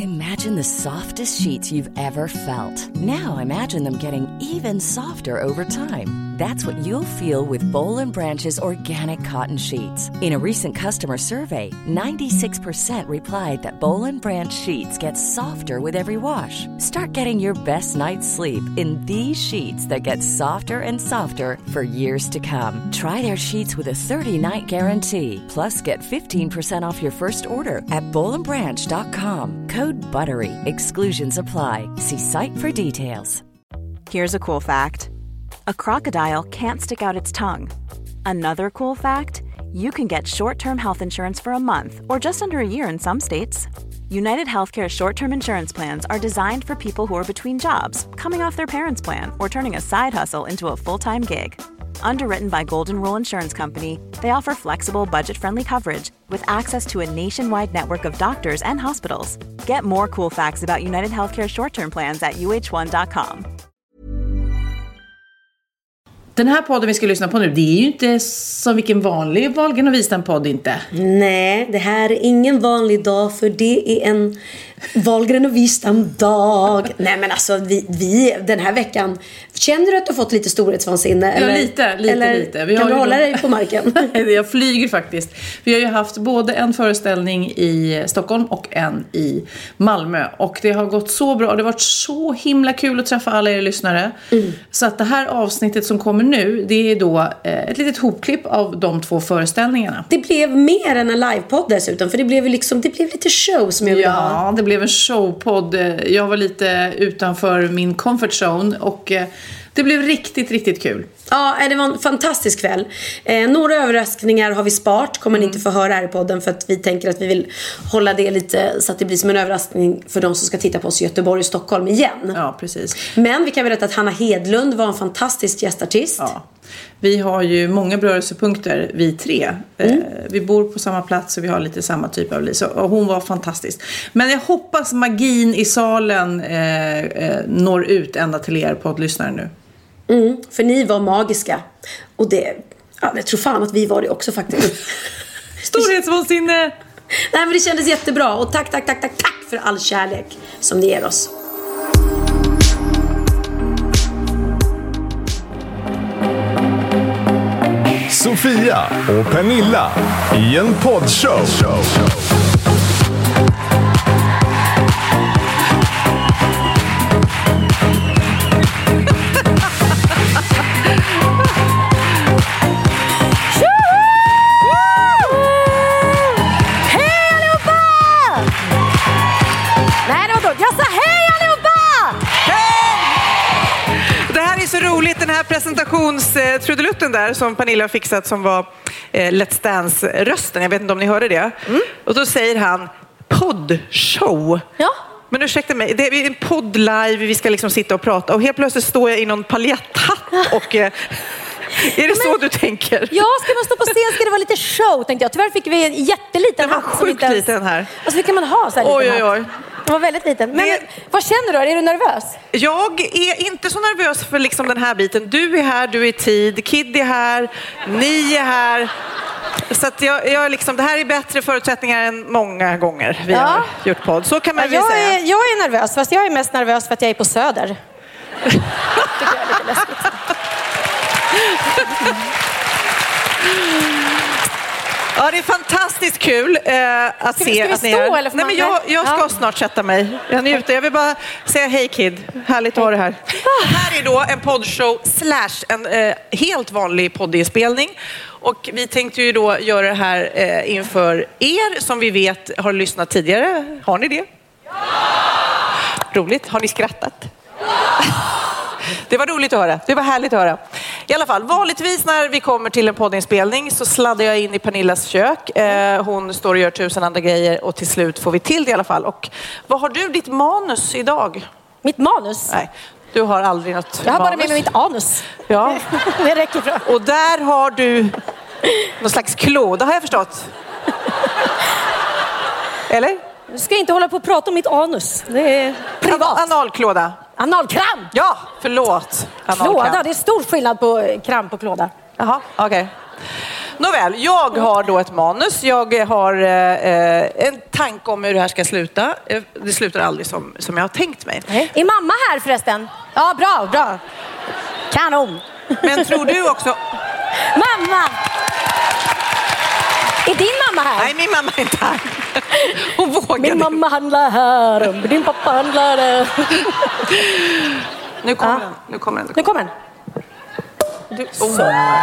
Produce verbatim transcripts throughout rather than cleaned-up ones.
Imagine the softest sheets you've ever felt. Now imagine them getting even softer over time. That's what you'll feel with Boll and Branch's organic cotton sheets. In a recent customer survey, ninety-six percent replied that Boll and Branch sheets get softer with every wash. Start getting your best night's sleep in these sheets that get softer and softer for years to come. Try their sheets with a thirty-night guarantee. Plus, get fifteen percent off your first order at boll and branch dot com. Code BUTTERY. Exclusions apply. See site for details. Here's a cool fact. A crocodile can't stick out its tongue. Another cool fact, you can get short-term health insurance for a month or just under a year in some states. United Healthcare short-term insurance plans are designed for people who are between jobs, coming off their parents' plan, or turning a side hustle into a full-time gig. Underwritten by Golden Rule Insurance Company, they offer flexible, budget-friendly coverage with access to a nationwide network of doctors and hospitals. Get more cool facts about United Healthcare short-term plans at u h one dot com. Den här podden vi ska lyssna på nu, det är ju inte som vilken vanlig Wahlgren och Wistam-podd inte. Nej, det här är ingen vanlig dag, för det är en Wahlgren och Wistam-dag. Nej, men alltså, vi, vi, den här veckan, känner du att du har fått lite storhetsvansinne? Ja, eller? lite, lite, eller lite. Vi kan har du hålla då... dig på marken? Jag flyger faktiskt. Vi har ju haft både en föreställning i Stockholm och en i Malmö. Och det har gått så bra. Det har varit så himla kul att träffa alla er lyssnare. Mm. Så att det här avsnittet som kommer nu, det är då ett litet hopklipp av de två föreställningarna. Det blev mer än en livepodd dessutom, för det blev liksom, det blev lite show som jag ville ja, ha. Ja, det blev en showpodd. Jag var lite utanför min comfort zone och det blev riktigt, riktigt kul. Ja, det var en fantastisk kväll. Eh, några överraskningar har vi sparat, kommer ni inte få höra här i podden, för att vi tänker att vi vill hålla det lite så att det blir som en överraskning för de som ska titta på oss i Göteborg och Stockholm igen. Ja, precis. Men vi kan berätta att Hanna Hedlund var en fantastisk gästartist. Ja. Vi har ju många berörelsepunkter, vi tre. Mm. Eh, vi bor på samma plats och vi har lite samma typ av liv. Så, och hon var fantastisk. Men jag hoppas magin i salen eh, eh, når ut ända till er poddlyssnare nu. Mm, för ni var magiska. Och det, ja, jag tror fan att vi var det också faktiskt. Storhetsvansinne! Nej, men det kändes jättebra. Och tack, tack, tack, tack, tack för all kärlek som ni ger oss. Sofia och Pernilla i en poddshow. Den här presentationstrudelutten där som Pernilla har fixat, som var eh, Let's Dance-rösten. Jag vet inte om ni hörde det. Mm. Och då säger han poddshow. Ja. Men ursäkta mig, det är en podd live, vi ska liksom sitta och prata. Och helt plötsligt står jag i någon paljetthatt och... Eh, är det men, så du tänker? Ja, ska man stå på scen ska det vara lite show, tänkte jag. Tyvärr fick vi en jätteliten hatt. Det var sjukt ens... liten här. Alltså, hur kan man ha så här oj, liten oj, oj. hatt? Den var väldigt liten. Men det... vad känner du? Är du nervös? Jag är inte så nervös för liksom den här biten. Du är här, du är i tid. Kid är här, ni är här. Så att jag, jag liksom, det här är bättre förutsättningar än många gånger vi ja. har gjort podd. Så kan man ja, väl säga. Är, jag är nervös, fast jag är mest nervös för att jag är på Söder. Tycker jag är lite läskigt. Ja, det är fantastiskt kul eh, att ska se vi, ska vi att ni stå, är... eller Nej, men jag, jag ska ja. snart sätta mig. Jag njuter. Jag vill bara säga hej Kid. Härligt att ha det här. Det här är då en poddshow slash en eh, helt vanlig poddinspelning. Och vi tänkte ju då göra det här eh, inför er som vi vet har lyssnat tidigare. Har ni det? Ja! Roligt. Har ni skrattat? Ja! Det var roligt att höra. Det var härligt att höra. I alla fall, vanligtvis när vi kommer till en poddinspelning så sladdar jag in i Pernillas kök. Eh, hon står och gör tusen andra grejer och till slut får vi till det i alla fall. Och vad har du ditt manus idag? Mitt manus? Nej, du har aldrig något Jag har manus. bara med mig mitt anus. Ja. Det räcker bra. Och där har du någon slags klåda, har jag förstått. Eller? Du ska inte hålla på och prata om mitt anus. Det är privat. Analklåda. Analkram! Ja, förlåt. Analkram. Klåda, det är stor skillnad på kram och klåda. Jaha, okej. Okay. Nåväl, jag har då ett manus. Jag har eh, en tanke om hur det här ska sluta. Det slutar aldrig som, som jag har tänkt mig. Är mamma här förresten? Ja, bra, bra. Kanon. Men tror du också... Mamma! Är din mamma här? Nej, min mamma är inte här. Hon vågar Min mamma handlar här, din pappa handlar där. Nu kommer ja. den. Nu kommer den. Nu kommer den. Du, oh.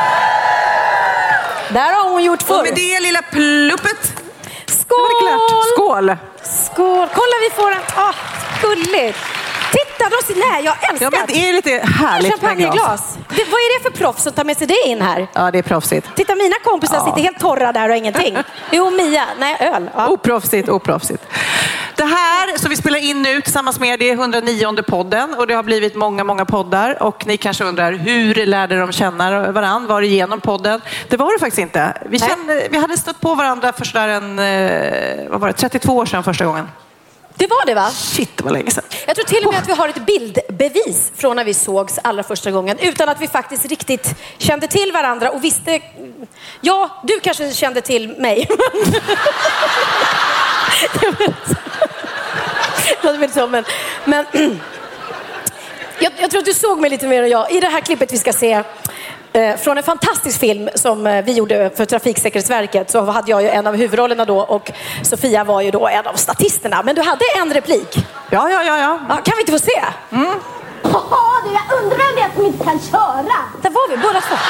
Där har hon gjort förr. Och med det lilla pluppet. Skål! Skål! Skål! Kolla, vi får en... Åh, oh, gulligt. Titta, de ser... Nej, jag älskar. Ja, men det är lite härligt med glas. Det, vad är det för proffs som tar med sig det in här? Ja, det är proffsigt. Titta, mina kompisar ja. sitter helt torra där och ingenting. Jo, Mia. Nej, öl. Ja. Oproffsigt, oproffsigt. Det här som vi spelar in nu tillsammans med det är hundranionde podden och det har blivit många, många poddar och ni kanske undrar hur lärde de känna varandra? Var det genom podden? Det var det faktiskt inte. Vi, kände, vi hade stött på varandra för sådär en, vad var det, trettiotvå år sedan första gången. Det var det, va? Shit, det var länge sedan. Jag tror till och med att vi har ett bildbevis från när vi sågs allra första gången utan att vi faktiskt riktigt kände till varandra och visste... Ja, du kanske kände till mig. Det var så, men... men jag, jag tror att du såg mig lite mer än jag. I det här klippet vi ska se... Eh, från en fantastisk film som eh, vi gjorde för Trafiksäkerhetsverket så hade jag ju en av huvudrollerna då och Sofia var ju då en av statisterna. Men du hade en replik. Ja, ja, ja. ja. ja kan vi inte få se? Mm. Oh, du, jag undrar vem det är som inte kan köra. Där var vi, båda två.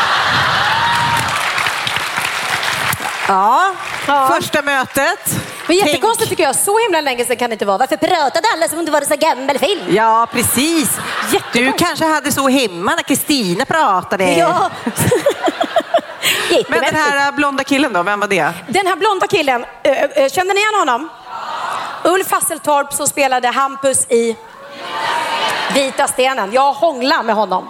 Ja, ja. Första mötet. Men jättekonstigt tycker jag. Så himla länge sedan kan det inte vara. Varför pratade alla som om det var en så gammal film? Ja, precis. Du kanske hade så hemma när Kristina pratade. Ja. Men den här blonda killen då, vem var det? Den här blonda killen, äh, kände ni igen honom? Ulf Hasseltorp som spelade Hampus i Vita stenen. Jag hånglar med honom.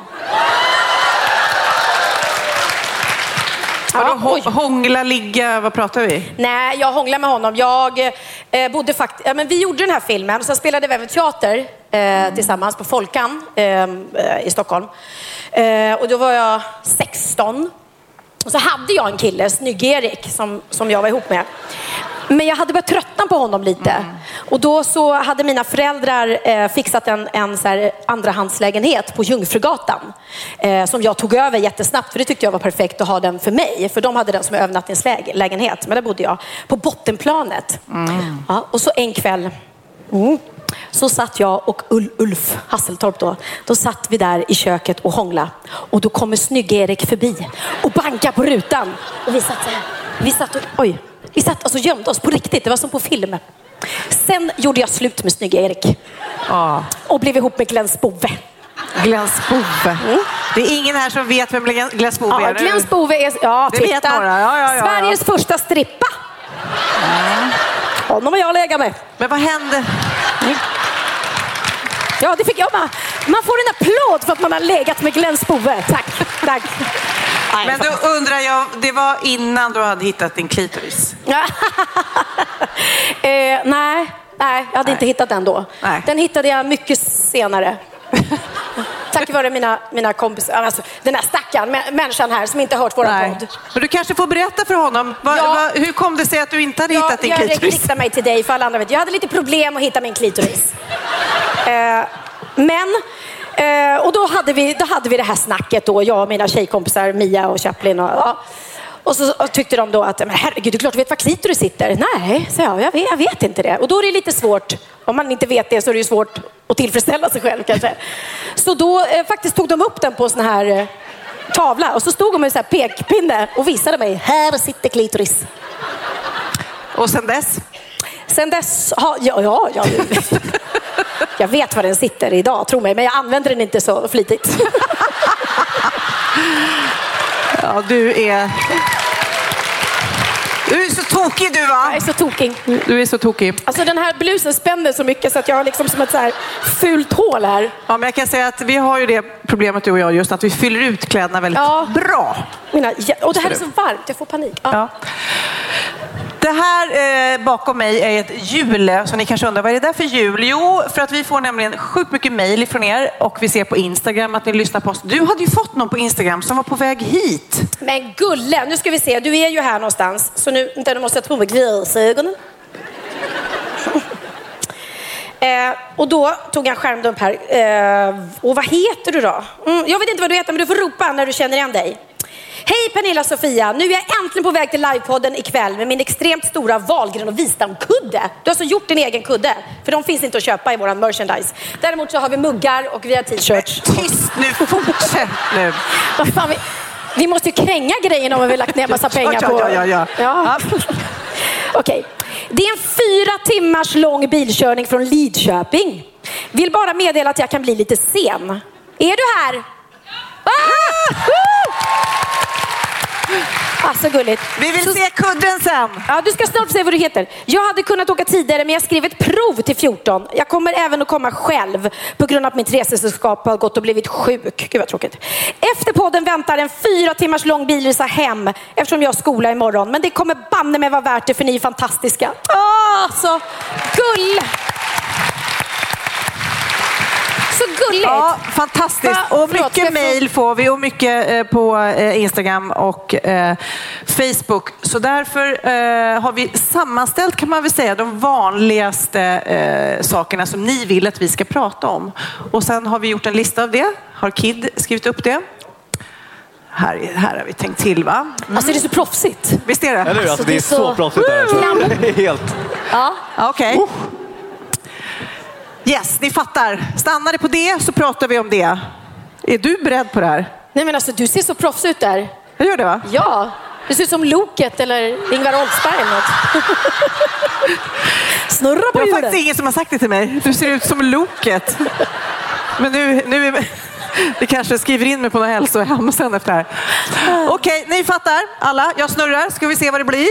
Ja, hå- hångla, ligga, vad pratar vi? Nej, jag hånglar med honom. Jag eh, bodde faktiskt... Ja, men vi gjorde den här filmen, sen spelade vi även teater eh, mm. tillsammans på Folkan eh, i Stockholm. Eh, och då var jag sexton. Och så hade jag en kille, Snygg-Erik, som, som jag var ihop med. Men jag hade börjat tröttna på honom lite. Mm. Och då så hade mina föräldrar eh, fixat en, en så här andrahandslägenhet på Jungfrugatan. Eh, som jag tog över jättesnabbt. För det tyckte jag var perfekt att ha den för mig. För de hade den som övernattningslägenhet. Men där bodde jag på bottenplanet. Mm. Ja, och så en kväll... Mm. Så satt jag och Ul- Ulf Hasseltorp då. Då satt vi där i köket och hångla. Och då kommer Snygg-Erik förbi och bankar på rutan. Och vi satt så här. Vi satt och, oj. Vi satt alltså gömde oss på riktigt. Det var som på film. Sen gjorde jag slut med Snygg-Erik. Ah. Och blev ihop med Glenn Spove. Glenn Spove. Mm. Det är ingen här som vet vem Glenn Spove är. Ja, Glenn Spove är... Ja, det titta. Vet några. Ja, ja, ja, Sveriges ja. första strippa. Mm. Honom har jag lägga med. Men vad hände? Mm. Ja, det fick jag med. Man får en applåd för att man har legat med Glenn Spove. Tack, tack. Nej, men då undrar jag, det var innan du hade hittat din klitoris? eh, nej, nej, jag hade nej. inte hittat den då. Nej. Den hittade jag mycket senare. Tack vare mina, mina kompisar, alltså, den här stackaren, människan här som inte har hört våra podd. Men du kanske får berätta för honom, va, ja. va, hur kom det sig att du inte hade ja, hittat din klitoris? Jag riktar mig till dig, för alla andra vet. Jag hade lite problem att hitta min klitoris. eh, men, eh, och då hade, vi, då hade vi det här snacket då, jag och mina tjejkompisar Mia och Chaplin och... Ja. Och så och tyckte de då att, men herregud, det är klart du vet var klitoris sitter. Nej, så jag, jag vet, jag vet inte det. Och då är det lite svårt, om man inte vet det så är det ju svårt att tillfredsställa sig själv kanske. Så då eh, faktiskt tog de upp den på sån här eh, tavla. Och så stod de med en sån här pekpinne och visade mig, här sitter klitoris. Och sen dess? Sen dess, ha, ja, ja, ja. Jag vet var den sitter idag, tro mig. Men jag använder den inte så flitigt. Ja, du är... Du är så tokig du va? Jag är så tokig. Du är så tokig. Alltså den här blusen spänner så mycket så att jag har liksom som ett så här fult hål här. Ja, men jag kan säga att vi har ju det problemet du och jag just att vi fyller ut kläderna väldigt ja. bra. Mina, och det här är så varmt, jag får panik. Ja. Ja. Det här eh, bakom mig är ett hjul, så ni kanske undrar, vad är det där för hjul? Jo, för att vi får nämligen sjukt mycket mejl ifrån er och vi ser på Instagram att ni lyssnar på oss. Du hade ju fått någon på Instagram som var på väg hit. Men Gulle, nu ska vi se, du är ju här någonstans. Så nu, nu måste jag tro på grisögonen. Eh, och då tog jag en skärmdump här. Eh, och vad heter du då? Mm, jag vet inte vad du heter, men du får ropa när du känner igen dig. Hej Pernilla Sofia, nu är jag äntligen på väg till livepodden ikväll med min extremt stora Wahlgren och Wistam-kudde. Du har alltså gjort din egen kudde, för de finns inte att köpa i våran merchandise. Däremot så har vi muggar och vi har t-shirts. Tyst nu, fortsätt nu. Vad fan, vi, vi måste ju kränga grejerna om vi har lagt ner massa pengar på. Ja, ja, ja. ja. ja. Okej. Okay. Det är en fyra timmars lång bilkörning från Lidköping. Vill bara meddela att jag kan bli lite sen. Är du här? Ah! Alltså gulligt. Vi vill så, se kudden sen. Ja, du ska snart se vad du heter. Jag hade kunnat åka tidigare, men jag skrev ett prov till fjorton. Jag kommer även att komma själv på grund av att mitt resesällskap har gått och blivit sjuk. Gud vad tråkigt. Efter podden väntar en fyra timmars lång bilresa hem eftersom jag har skola imorgon. Men det kommer banne mig vara värt det, för ni är fantastiska. Åh, så gull! Så gulligt. Ja, fantastiskt. Va? Och mycket Förlåt, mejl får vi och mycket eh, på eh, Instagram och eh, Facebook. Så därför eh, har vi sammanställt, kan man väl säga, de vanligaste eh, sakerna som ni vill att vi ska prata om. Och sen har vi gjort en lista av det. Har Kid skrivit upp det? Här, här har vi tänkt till, va? Mm. Alltså det är så proffsigt. Visst är det? Eller, alltså, det är så, så proffsigt där. Alltså. Det är helt... Ja. Okej. Okay. Uh. Yes, ni fattar. Stannar det på det så pratar vi om det. Är du beredd på det här? Nej men alltså, du ser så proffs ut där. Jag gör det, va? Ja, du ser ut som Loket eller Ingvar Oldsberg eller något. Snurra på det. Det är djuret. faktiskt ingen som har sagt det till mig. Du ser ut som Loket. Men nu, nu är det kanske skriver in mig på något hälsohem sen efter det här. Okej, okay, ni fattar alla. Jag snurrar. Ska vi se vad det blir?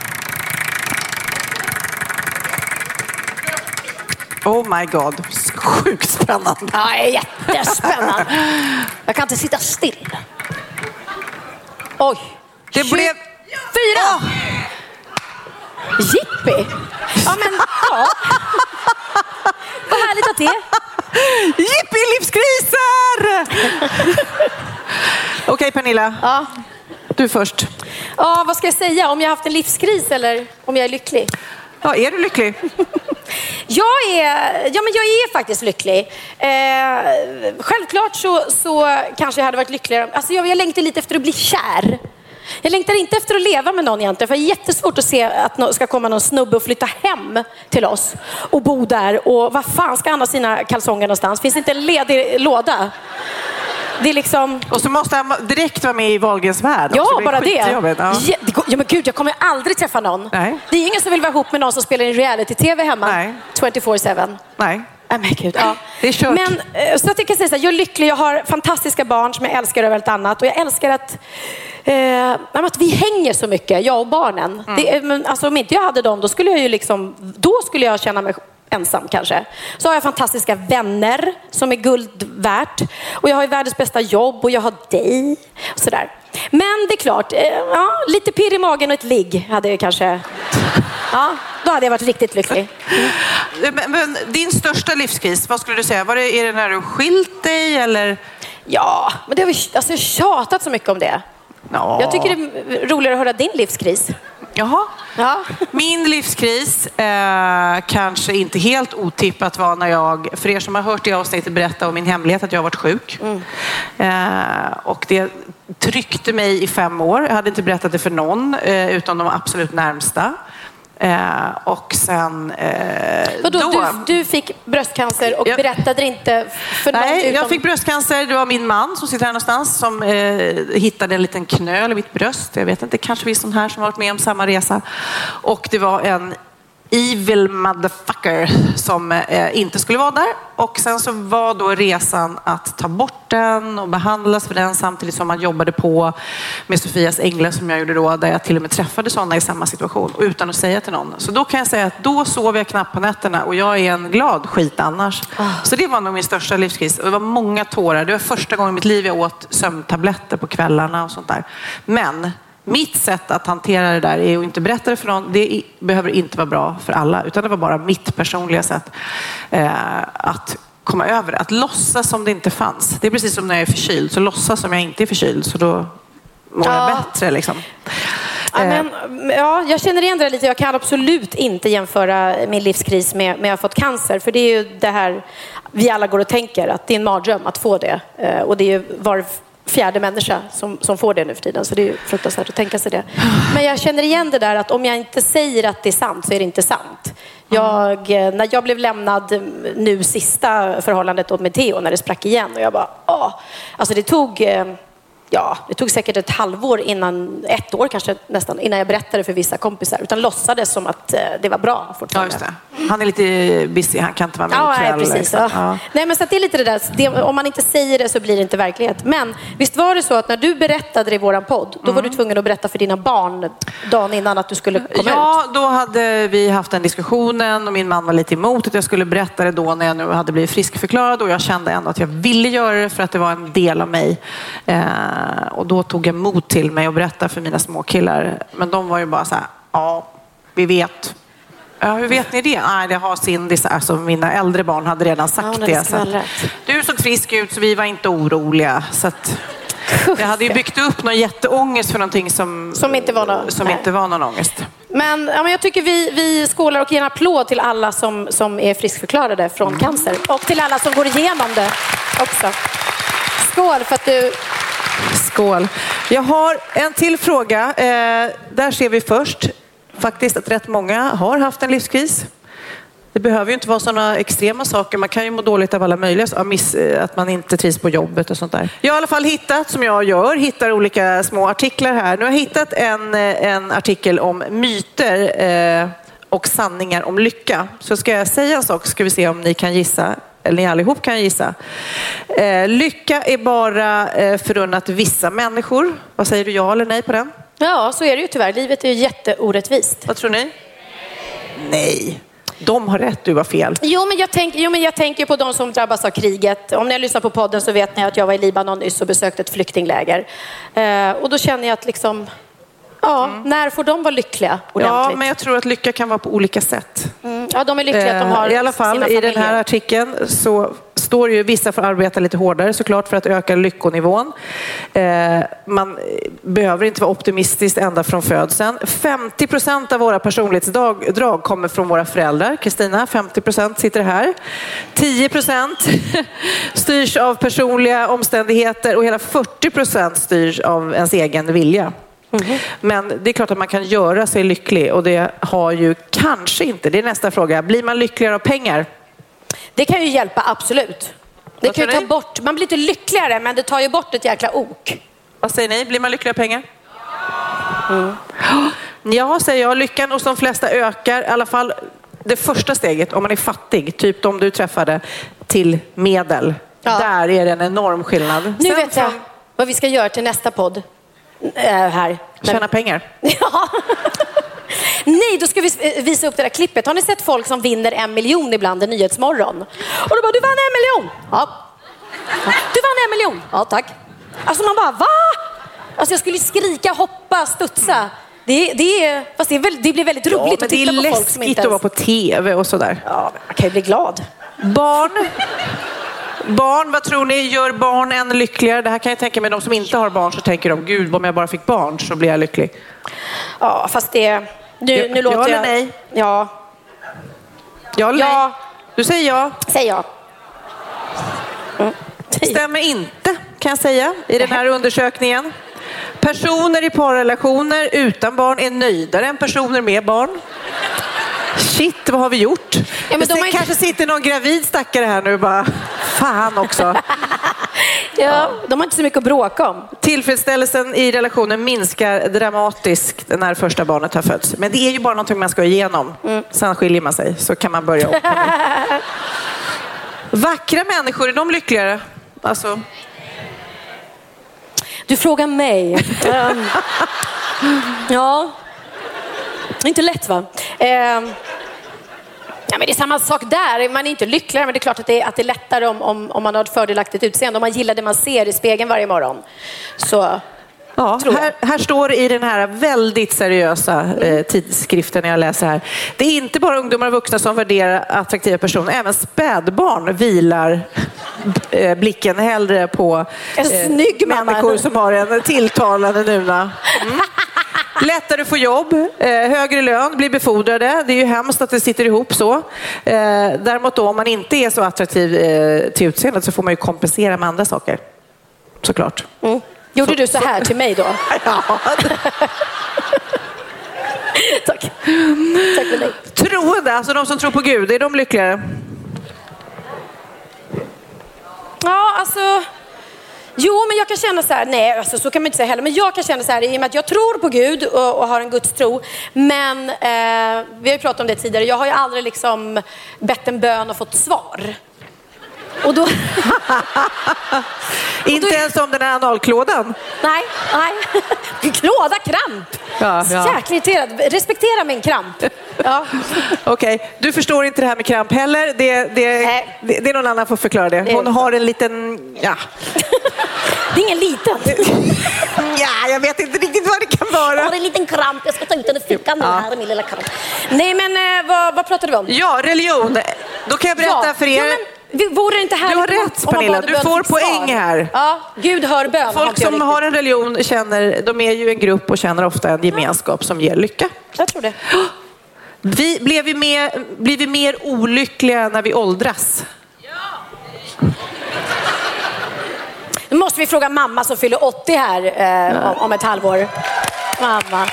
Oh my god, sjukt spännande. Ja, det är jättespännande. Jag kan inte sitta still. Oj. Det blev... Fyra! Oh. Jippi! Ja, men ja. Vad härligt att det är. Jippi, livskriser! Okej, okay, Pernilla. Ja. Du först. Ja, vad ska jag säga? Om jag har haft en livskris eller om jag är lycklig? Ja, är du lycklig? Jag är, ja, men jag är faktiskt lycklig. Eh, självklart så, så kanske jag hade varit lyckligare. Alltså jag, jag längtar lite efter att bli kär. Jag längtar inte efter att leva med någon egentligen. För det är jättesvårt att se att det ska komma någon snubbe och flytta hem till oss. Och bo där. Och vad fan ska han ha sina kalsonger någonstans? Finns det inte en ledig låda? Det är liksom... Och så måste han direkt vara med i Wahlgrens värld. Ja, också. bara det. Ja. Ja, ja, men gud, jag kommer aldrig träffa någon. Nej. Det är ingen som vill vara ihop med någon som spelar i reality-tv hemma. Nej. tjugofyra sju. Nej. Oh my God. Ja. Det är kört. Men så att jag kan säga så här, jag är lycklig, jag har fantastiska barn som jag älskar över allt annat. Och jag älskar att, eh, att vi hänger så mycket, jag och barnen. Mm. Det, men, alltså, om inte jag hade dem, då skulle jag ju liksom, då skulle jag känna mig ensam kanske. Så har jag fantastiska vänner som är guld värt. Och jag har ju världens bästa jobb och jag har dig. Och sådär. Men det är klart, eh, ja, lite pirr i magen och ett ligg hade jag kanske... Ja, då hade jag varit riktigt lycklig. Mm. Men, men din största livskris, vad skulle du säga? Var det, är det när du skilt dig eller? Ja, men det har vi, alltså, jag har tjatat så mycket om det. Ja. Jag tycker det är roligare att höra din livskris. Jaha. Ja. Min livskris eh, kanske inte helt otippat var när jag, för er som har hört i avsnittet, berätta om min hemlighet att jag har varit sjuk. Mm. Eh, och det tryckte mig i fem år. Jag hade inte berättat det för någon eh, utan de absolut närmsta. Eh, och sen eh, Vadå, då... du, du fick bröstcancer och jag... berättade inte för någon? Nej, utom... jag fick bröstcancer. Det var min man som sitter här någonstans som eh, hittade en liten knöl i mitt bröst. Jag vet inte, kanske vi sån här som varit med om samma resa. Och det var en evil motherfucker som eh, inte skulle vara där. Och sen så var då resan att ta bort den och behandlas för den samtidigt som man jobbade på med Sofias änglar som jag gjorde då, där jag till och med träffade sådana i samma situation och utan att säga till någon. Så då kan jag säga att då sov jag knappt på nätterna och jag är en glad skit annars. Oh. Så det var nog min största livskris. Och det var många tårar. Det var första gången i mitt liv jag åt sömntabletter på kvällarna och sånt där. Men mitt sätt att hantera det där är att inte berätta det för någon. Det behöver inte vara bra för alla, utan det var bara mitt personliga sätt eh, att komma över, att låtsas som det inte fanns. Det är precis som när jag är förkyld, så låtsas som jag inte är förkyld, så då mår jag Ja. bättre liksom. Ja, men, ja, jag känner igen det lite. Jag kan absolut inte jämföra min livskris med, med att jag har fått cancer. För det är ju det här vi alla går och tänker, att det är en mardröm att få det. Eh, och det är ju var fjärde människa som, som får det nu för tiden. Så det är ju fruktansvärt att tänka sig det. Men jag känner igen det där att om jag inte säger att det är sant så är det inte sant. Jag, när jag blev lämnad nu sista förhållandet åt med Theo, när det sprack igen. Och jag bara, åh. Alltså det tog... Eh, Ja, det tog säkert ett halvår innan, ett år kanske nästan, innan jag berättade för vissa kompisar. Utan låtsades som att det var bra fortfarande. Ja, just det. Han är lite busy, han kan inte vara med ja, ikväll. Nej, precis. Liksom. Ja. Nej, men så att det är lite det där, det, om man inte säger det så blir det inte verklighet. Men visst var det så att när du berättade det i våran podd, då mm. var du tvungen att berätta för dina barn dagen innan att du skulle komma ja, ut? Ja, då hade vi haft den diskussionen och min man var lite emot att jag skulle berätta det då när jag nu hade blivit friskförklarad, och jag kände ändå att jag ville göra det för att det var en del av mig. Eh, och då tog jag mod till mig och berätta för mina små killar. Men de var ju bara så här, ja, vi vet. Ja, hur vet ni det? Nej, det har Cindy, alltså mina äldre barn hade redan sagt ja, det. Så att, du såg frisk ut så vi var inte oroliga. Så att, jag hade ju byggt upp någon jätteångest för någonting som, som, inte, var någon, som inte var någon ångest. Men, ja, men jag tycker vi, vi skålar och ger en applåd till alla som, som är friskförklarade från mm. cancer. Och till alla som går igenom det också. Skål för att du... Skål. Jag har en till fråga. Eh, där ser vi först faktiskt att rätt många har haft en livskris. Det behöver ju inte vara sådana extrema saker. Man kan ju må dåligt av alla möjliga. Att man inte trivs på jobbet och sånt där. Jag har i alla fall hittat, som jag gör, hittar olika små artiklar här. Nu har jag hittat en, en artikel om myter eh, och sanningar om lycka. Så ska jag säga en sak, ska vi se om ni kan gissa. Eller ni allihop kan gissa. Eh, lycka är bara eh, förunnat vissa människor. Vad säger du, ja eller nej på den? Ja, så är det ju tyvärr. Livet är ju jätteorättvist. Vad tror ni? Nej. De har rätt, du har fel. Jo men, jag tänk, jo, men jag tänker på de som drabbas av kriget. Om ni har lyssnat på podden så vet ni att jag var i Libanon nyss och besökte ett flyktingläger. Eh, och då känner jag att liksom... Ja, mm. när får de vara lyckliga ordentligt? Ja, men jag tror att lycka kan vara på olika sätt. Mm. Ja, de är lyckliga att de har I alla fall, i den här artikeln så står ju vissa får arbeta lite hårdare såklart för att öka lyckonivån. Eh, man behöver inte vara optimistisk ända från födseln. femtio procent av våra personlighetsdrag kommer från våra föräldrar. Kristina, femtio procent sitter här. tio procent styrs av personliga omständigheter och hela fyrtio procent styrs av ens egen vilja. Mm. Men det är klart att man kan göra sig lycklig, och det har ju kanske inte, det är nästa fråga, blir man lyckligare av pengar? Det kan ju hjälpa, absolut. Det kan ju ta bort, man blir inte lyckligare, men det tar ju bort ett jäkla ok. Vad säger ni, blir man lyckligare av pengar? Mm. Ja, säger jag, lyckan hos de flesta ökar, i alla fall det första steget, om man är fattig, typ de du träffade, till medel. Ja. Där är det en enorm skillnad. Nu Sen vet jag från... vad vi ska göra till nästa podd. Här. Tjäna pengar. Ja. Nej, då ska vi visa upp det där klippet. Har ni sett folk som vinner en miljon ibland i Nyhetsmorgon? Och då bara, du vann en miljon. Ja. Du vann en miljon. Ja, tack. Alltså man bara, va? Alltså jag skulle skrika, hoppa, studsa. Det, det, är, fast det, är väl, det blir väldigt roligt ja, att titta på folk som inte ens... Det är läskigt att vara på tv och sådär. Ja, man kan ju bli glad. Barn... Barn, vad tror ni gör barn än lyckligare? Det här kan jag tänka mig, de som inte har barn så tänker de, gud om jag bara fick barn så blir jag lycklig. Ja, fast det... Nu, ja, nu låter ja eller jag... nej? Ja. Ja eller ja. Nej? Du säger ja. Säger jag. Mm. Stämmer inte, kan jag säga, i den här undersökningen. Personer i parrelationer utan barn är nöjdare än personer med barn. Shit, vad har vi gjort? Ja, men de har... kanske sitter någon gravid stackare här nu och bara, fan också. Ja, de har inte så mycket att bråka om. Tillfredsställelsen i relationen minskar dramatiskt när första barnet har fötts. Men det är ju bara någonting man ska igenom. Mm. Sen skiljer man sig, så kan man börja upp. Vackra människor, är de lyckligare? Alltså... Du frågar mig. um, ja... Inte lätt, va? Eh, ja, men det är samma sak där. Man är inte lyckligare, men det är klart att det är, att det är lättare om, om, om man har ett fördelaktigt utseende. Om man gillar det man ser i spegeln varje morgon. Så Ja, här, här står det i den här väldigt seriösa eh, tidskriften jag läser här. Det är inte bara ungdomar och vuxna som värderar attraktiva personer. Även spädbarn vilar eh, blicken hellre på eh, snygg människor som har en tilltalande nuna. Mm. Lättare att få jobb, eh, högre lön, blir befordrade. Det är ju hemskt att det sitter ihop så. Eh, däremot då, om man inte är så attraktiv eh, till utseendet så får man ju kompensera med andra saker. Såklart. Mm. Gjorde så, du så här så. till mig då? Ja. Tack. Tack för dig. Troende, alltså de som tror på Gud, är de lyckligare? Ja, alltså... Jo, men jag kan känna så här, nej, alltså, så kan man inte säga heller. Men jag kan känna så här, i och med att jag tror på Gud och, och har en Guds tro. Men eh, vi har ju pratat om det tidigare. Jag har ju aldrig liksom bett en bön och fått svar. Och då... Inte då... ens om den här analklådan? Nej, nej. Klåda, kramp. Ja, ja. Jäkligt irriterad. Respektera min kramp. Ja. Okej, okay. Du förstår inte det här med kramp heller. Det, det, det, det är någon annan som får förklara det. Hon har en liten... Ja. Det är ingen liten. Ja, jag vet inte riktigt vad det kan vara. Jag har en liten kramp. Jag ska ta ut den i fickan nu. Ja. Här är min lilla kramp. Nej, men eh, vad, vad pratade vi om? Ja, religion. Då kan jag berätta ja. för er... Ja, men... Vore det inte här du har rätt, Pernilla. Du får poäng här. Ja, Gud hör bön. Folk som har en religion känner, de är ju en grupp och känner ofta en gemenskap ja. som ger lycka. Jag tror det. Vi, blir, vi mer, blir vi mer olyckliga när vi åldras? Ja. Nu måste vi fråga mamma som fyller åttio här eh, ja. om, om ett halvår. Mamma.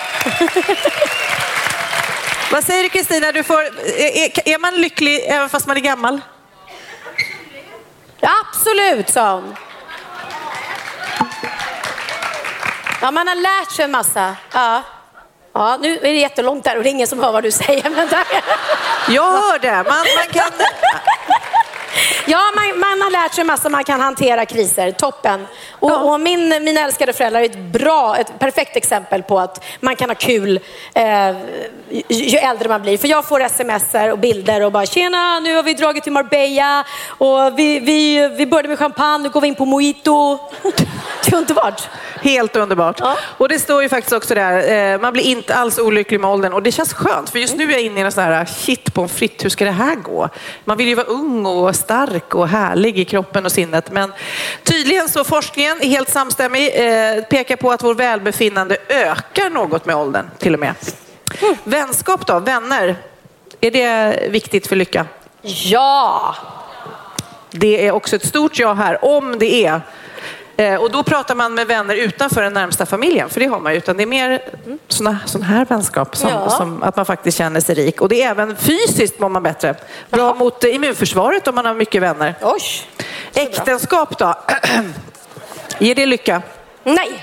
Vad säger du, Kristina? Du får, är, är man lycklig även fast man är gammal? Absolut, sa hon. Ja, man har lärt sig en massa. Ja. Ja, nu är det jättelångt där och det är ingen som hör vad du säger. Men där... Jag hör det. Man, man kan... Ja, man, man har lärt sig en massa, man kan hantera kriser. Toppen. Och, ja. och min, mina älskade föräldrar är ett bra, ett perfekt exempel på att man kan ha kul eh, ju äldre man blir. För jag får sms'er och bilder och bara, tjena, nu har vi dragit till Marbella och vi, vi, vi började med champagne, nu går vi in på mojito. Det är underbart. Helt underbart. Ja. Och det står ju faktiskt också där, eh, man blir inte alls olycklig med åldern. Och det känns skönt, för just nu är jag inne i en sån här shit på en fritt, hur ska det här gå? Man vill ju vara ung och stark och härlig i kroppen och sinnet. Men tydligen så forskningen är helt samstämmig, eh, pekar på att vår välbefinnande ökar något med åldern till och med. Mm. Vänskap då, vänner, är det viktigt för lycka? Ja! Det är också ett stort ja här, om det är. Och då pratar man med vänner utanför den närmsta familjen, för det har man ju, utan det är mer såna, sån här vänskap som, ja. som att man faktiskt känner sig rik. Och det är även fysiskt mår man bättre. Bra Jaha. mot immunförsvaret om man har mycket vänner. Oj, äktenskap då? Ger det lycka? Nej.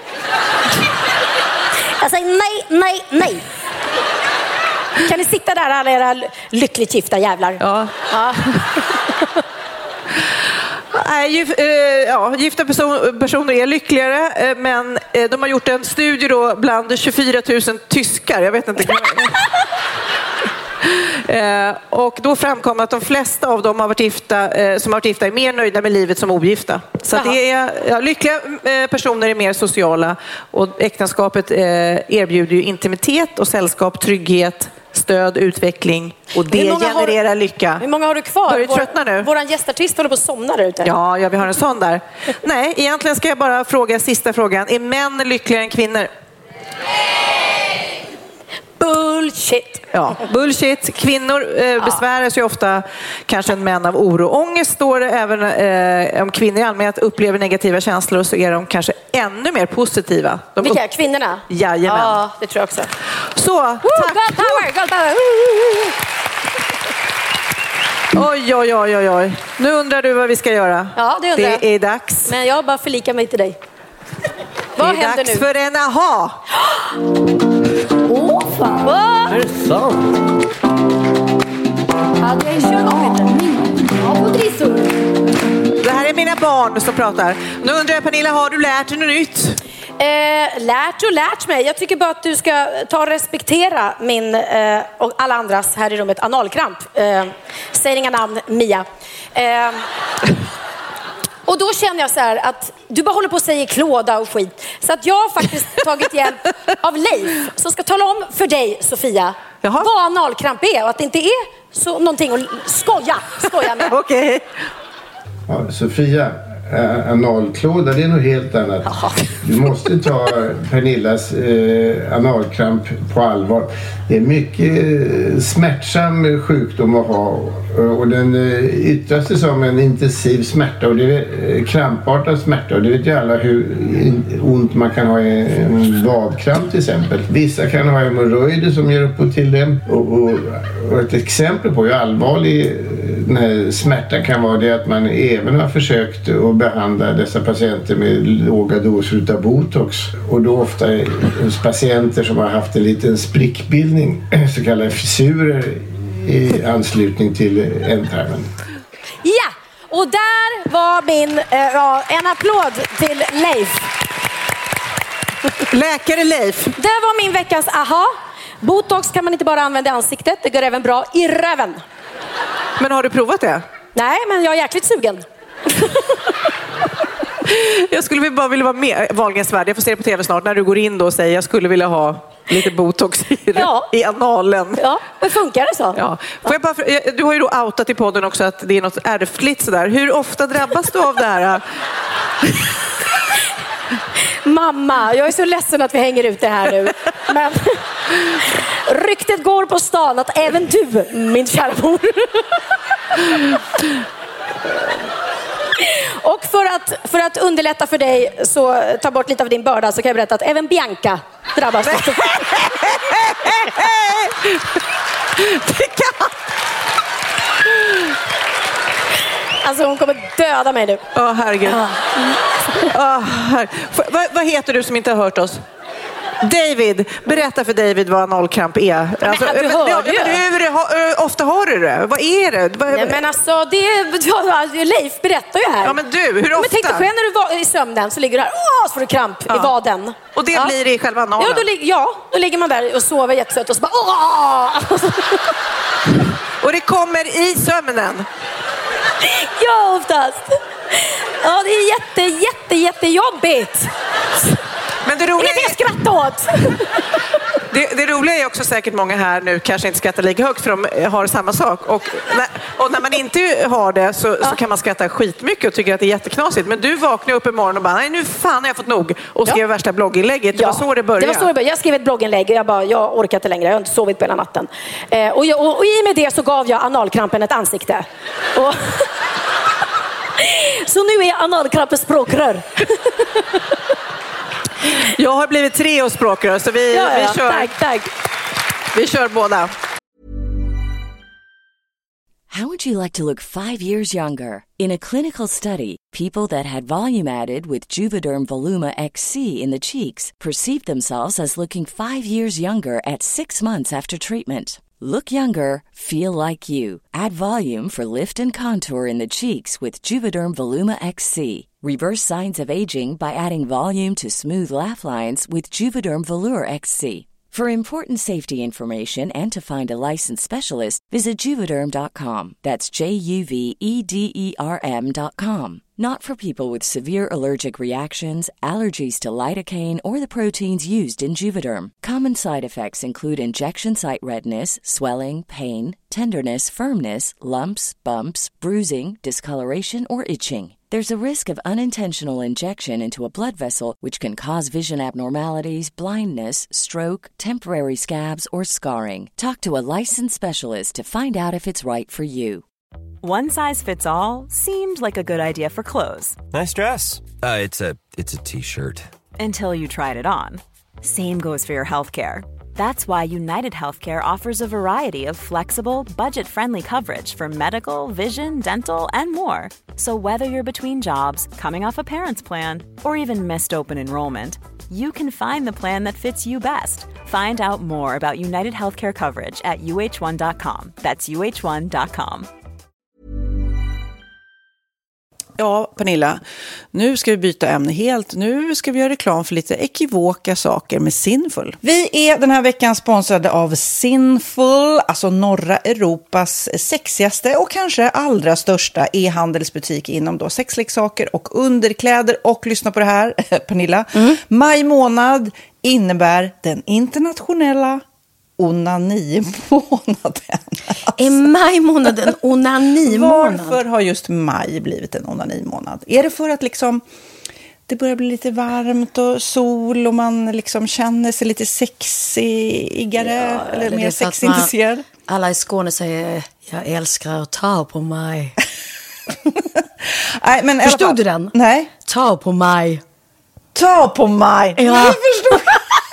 Jag säger nej, nej, nej. Kan ni sitta där alla era lyckligt gifta jävlar? Ja. Ja. Nej, gif, eh, ja, gifta person, personer är lyckligare, eh, men eh, de har gjort en studie då bland tjugofyra tusen tyskar. Jag vet inte. eh, och då framkom att de flesta av dem har varit gifta, eh, som har varit gifta är mer nöjda med livet som ogifta. Så att det är, ja, lyckliga eh, personer är mer sociala, och äktenskapet eh, erbjuder ju intimitet och sällskap, trygghet, stöd, utveckling, och det genererar har, lycka. Hur många har du kvar? Börjar du tröttna nu? Våran gästartist håller på att somna där ute. Ja, ja, vi har en sån där. Nej, egentligen ska jag bara fråga sista frågan. Är män lyckligare än kvinnor? Bullshit. Ja, bullshit. Kvinnor eh, besväras ju ofta kanske en män av oro. Ångest står det även eh, om kvinnor i allmänhet upplever negativa känslor, så är de kanske ännu mer positiva. De Vilka? Upp... Kvinnorna? Jajamän. Ja, det tror jag också. Så, Woo, tack. God power, God power. Oj, oj, oj, oj, oj. Nu undrar du vad vi ska göra. Ja, det undrar jag. Det är dags. Men jag bara förlika mig till dig. Vad händer nu? Det är dags för en aha. Åh, fan. Vad? Är det sant? Ja, det är kört. Ja, på trissor. Det här är mina barn som pratar. Nu undrar jag, Pernilla, har du lärt dig något nytt? Eh, lärt och lärt mig. Jag tycker bara att du ska ta och respektera min eh, och alla andras här i rummet analkramp. Eh, säg inga namn, Mia. Eh, och då känner jag så här att du bara håller på att säga klåda och skit. Så att jag har faktiskt tagit hjälp av Leif som ska tala om för dig, Sofia, Jaha. vad analkramp är och att det inte är så någonting att skoja, skoja med. Okej. Okay. Ja, Sofia, äh, analklåda, det är nog helt annat. Jaha. Du måste ta Pernillas eh, analkramp på allvar. Det är mycket smärtsam sjukdom att ha och den yttrar sig som en intensiv smärta och det är krampartad smärta och det vet ju alla hur ont man kan ha i en vadkramp till exempel. Vissa kan ha hemorrojder som gör upp till det och, och, och ett exempel på hur allvarlig den här smärtan kan vara det att man även har försökt att behandla dessa patienter med låga doser utav botox och då ofta hos patienter som har haft en liten sprickbildning, så kallade fissurer i anslutning till ändtarmen. Ja, och där var min, eh, ja, en applåd till Leif. Läkare Leif. Det var min veckans aha. Botox kan man inte bara använda i ansiktet, det går även bra i röven. Men har du provat det? Nej, men jag är jäkligt sugen. Jag skulle bara vilja vara med Wahlgrens värld. Jag får se det på tv snart när du går in då och säger jag skulle vilja ha lite botox i, ja. i analen. Ja, men funkar det så? Ja. Får jag bara, du har ju då outat i podden också att det är något ärftligt sådär. Hur ofta drabbas du av det här? Mamma, jag är så ledsen att vi hänger ut det här nu. Men ryktet går på stan att även du, min kära mor. Och för att, för att underlätta för dig så ta bort lite av din börda så kan jag berätta att även Bianca drabbas. Alltså hon kommer döda mig nu. Åh, oh, herregud. Ja. Oh, her- vad, vad heter du som inte har hört oss? David, berätta för David vad analkramp är. Alltså, men, du hör ja, ju. men hur, hur ofta har du det? Vad är det? Vad, Nej, men alltså, det är, Leif berättar ju här. Ja, men du, hur ofta? Men tänk dig själv när du var i sömnen så ligger du här, åh, så får du kramp ja. i vaden. Och det ja. blir i själva analen? Ja, då, ja, då ligger man där och sover jättesött och så bara, åh! Och det kommer i sömnen? Ja, oftast. Ja, det är jätte, jätte, jättejobbigt. Men det roliga är... skratta åt. Det, det roliga är också säkert många här nu kanske inte skrattar lika högt för de har samma sak. Och när, och när man inte har det så, ja. så kan man skratta skitmycket och tycker att det är jätteknasigt. Men du vaknar upp imorgon och bara, nej nu fan har jag fått nog. Och skrev ja. värsta blogginlägget. Det ja. var så det började. Det var så det började. Jag skrev ett blogginlägg och jag bara, jag orkar inte längre. Jag har inte sovit på hela natten. Eh, och, jag, och, och i och med det så gav jag analkrampen ett ansikte. Och så nu är analkrampen språkrör. Jag har blivit tre och språkrör så vi, ja, ja. vi kör. Tack, tack. Vi kör båda. How would you like to look five years younger? In a clinical study, people that had volume added with Juvederm Voluma X C in the cheeks perceived themselves as looking five years younger at six months after treatment. Look younger, feel like you. Add volume for lift and contour in the cheeks with Juvederm Voluma X C. Reverse signs of aging by adding volume to smooth laugh lines with Juvederm Volure X C. For important safety information and to find a licensed specialist, visit Juvederm dot com. That's J U V E D E R M dot com. Not for people with severe allergic reactions, allergies to lidocaine, or the proteins used in Juvederm. Common side effects include injection site redness, swelling, pain, tenderness, firmness, lumps, bumps, bruising, discoloration, or itching. There's a risk of unintentional injection into a blood vessel, which can cause vision abnormalities, blindness, stroke, temporary scabs, or scarring. Talk to a licensed specialist to find out if it's right for you. One size fits all seemed like a good idea for clothes. Nice dress. Uh, it's a it's a t-shirt. Until you tried it on. Same goes for your healthcare. That's why United Healthcare offers a variety of flexible, budget-friendly coverage for medical, vision, dental, and more. So whether you're between jobs, coming off a parent's plan, or even missed open enrollment, you can find the plan that fits you best. Find out more about United Healthcare coverage at U H one dot com. That's U H one dot com. Ja, Pernilla, nu ska vi byta ämne helt. Nu ska vi göra reklam för lite ekivoka saker med Sinful. Vi är den här veckan sponsrade av Sinful, alltså norra Europas sexigaste och kanske allra största e-handelsbutik inom då sexleksaker och underkläder. Och lyssna på det här, Pernilla. Mm. Maj månad innebär den internationella onani-månaden. Alltså. Är maj månad en onani-månad? Varför har just maj blivit en onani-månad? Är det för att liksom det börjar bli lite varmt och sol och man liksom känner sig lite sexigare ja, eller, eller mer sexintresserad? Alla i Skåne säger jag älskar att ta på mig. Nej, men förstod fall, du den? Nej. Ta på mig. Ta på mig. Ja. Jag förstår.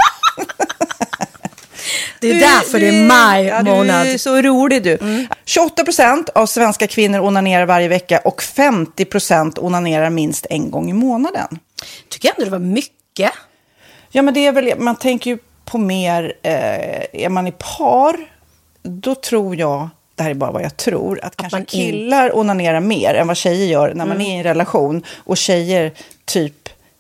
Det är du, därför du, det är maj ja, månad. Du är så rolig du. Mm. tjugoåtta procent av svenska kvinnor onanerar varje vecka och femtio procent onanerar minst en gång i månaden. Tycker jag ändå det var mycket. Ja, men det är väl, man tänker ju på mer, eh, är man i par, då tror jag, det här är bara vad jag tror, att, att kanske killar in... onanerar mer än vad tjejer gör när man mm. är i en relation. Och tjejer typ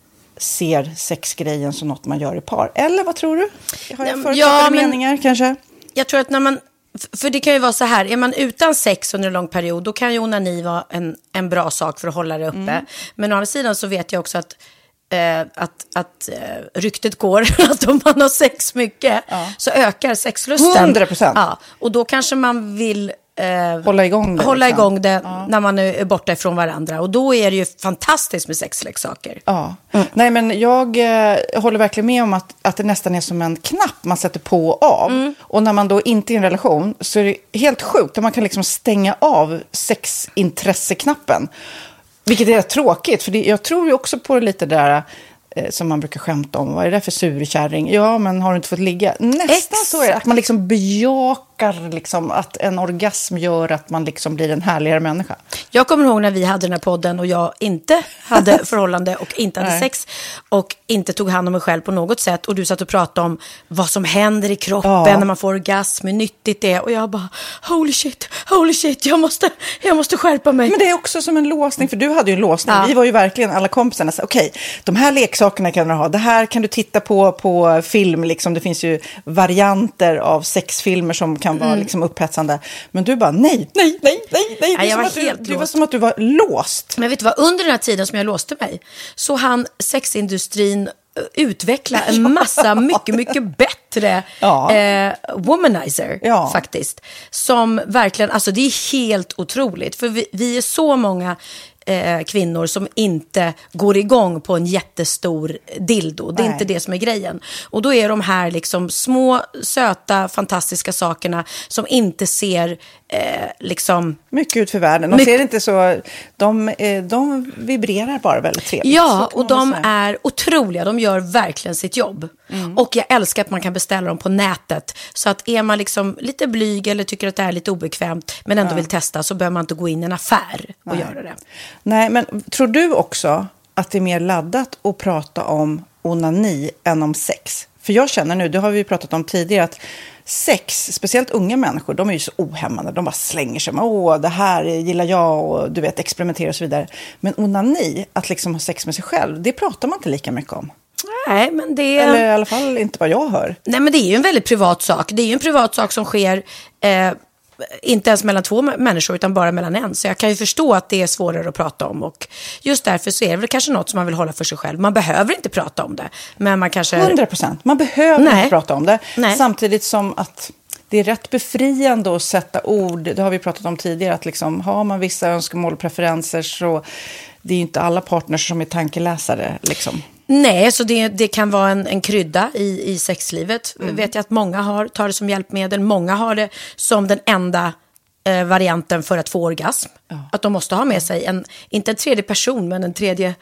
ser sexgrejen som något man gör i par. Eller vad tror du? Har jag förutsatta ja, meningar kanske? Jag tror att när man, för det kan ju vara så här, är man utan sex under en lång period, då kan ju onani vara en, en bra sak för att hålla det uppe. Mm. Men å andra sidan så vet jag också att eh, att, att eh, ryktet går att om man har sex mycket ja. så ökar sexlusten. hundra procent. Ja, och då kanske man vill Eh, hålla igång det, hålla liksom. igång det ja. när man är borta ifrån varandra. Och då är det ju fantastiskt med sexleksaker. Ja. Mm. Nej, men jag eh, håller verkligen med om att, att det nästan är som en knapp man sätter på och av. Mm. Och när man då inte är i en relation så är det helt sjukt att man kan liksom stänga av sexintresseknappen. Vilket är rätt tråkigt, för det, jag tror ju också på lite där som man brukar skämta om. Vad är det för surkärring? Ja, men har du inte fått ligga? Nästan Exakt. Så är det. Att man liksom bejakar liksom, att en orgasm gör att man liksom blir en härligare människa. Jag kommer ihåg när vi hade den här podden och jag inte hade förhållande och inte hade sex och inte tog hand om mig själv på något sätt. Och du satt och pratade om vad som händer i kroppen ja. när man får orgasm, hur nyttigt det är. Och jag bara, holy shit, holy shit, jag måste, jag måste skärpa mig. Men det är också som en låsning, för du hade ju en låsning. Ja. Vi var ju verkligen alla kompisarna. Okej, okay, de här leksakerna kan du ha. Det här kan du titta på på film. Liksom. Det finns ju varianter av sexfilmer som kan vara mm. liksom upphetsande. Men du bara, nej, nej, nej, nej, nej. Ja, jag var helt du, det var som att du var låst. Men vet du vad, under den här tiden som jag låste mig så hann sexindustrin utveckla en massa mycket, mycket bättre ja. eh, womanizer ja. faktiskt. Som verkligen, alltså det är helt otroligt. För vi, vi är så många eh, kvinnor som inte går igång på en jättestor dildo. Det är Nej. inte det som är grejen. Och då är de här liksom små, söta, fantastiska sakerna som inte ser eh, liksom... mycket ut för världen. De mycket... ser inte så... De, eh, de vibrerar bara väldigt trevligt. Ja, och de är otroliga. De gör verkligen sitt jobb. Mm. Och jag älskar att man kan beställa dem på nätet. Så att är man liksom lite blyg eller tycker att det är lite obekvämt men ändå ja. vill testa, så behöver man inte gå in i en affär och Nej. göra det. Nej, men tror du också att det är mer laddat att prata om onani än om sex? För jag känner nu, det har vi pratat om tidigare, att sex, speciellt unga människor, de är ju så ohämmade. De bara slänger sig med, åh, det här gillar jag och du vet, experimentera och så vidare. Men onani, att liksom ha sex med sig själv, det pratar man inte lika mycket om. Nej, men det är... Eller i alla fall inte vad jag hör. Nej, men det är ju en väldigt privat sak. Det är ju en privat sak som sker... Eh... inte ens mellan två människor utan bara mellan en. Så jag kan ju förstå att det är svårare att prata om. Och just därför så är det väl kanske något som man vill hålla för sig själv. Man behöver inte prata om det. Men man kanske... hundra procent. Man behöver Nej. inte prata om det. Nej. Samtidigt som att det är rätt befriande att sätta ord. Det har vi pratat om tidigare. Att liksom, har man vissa önskemål och preferenser så det är ju inte alla partners som är tankeläsare liksom. Nej, så det, det kan vara en, en krydda i, i sexlivet. Mm. Vet jag att många har, tar det som hjälpmedel. Många har det som den enda eh, varianten för att få orgasm. Ja. Att de måste ha med sig, en, inte en tredje person, men en tredje...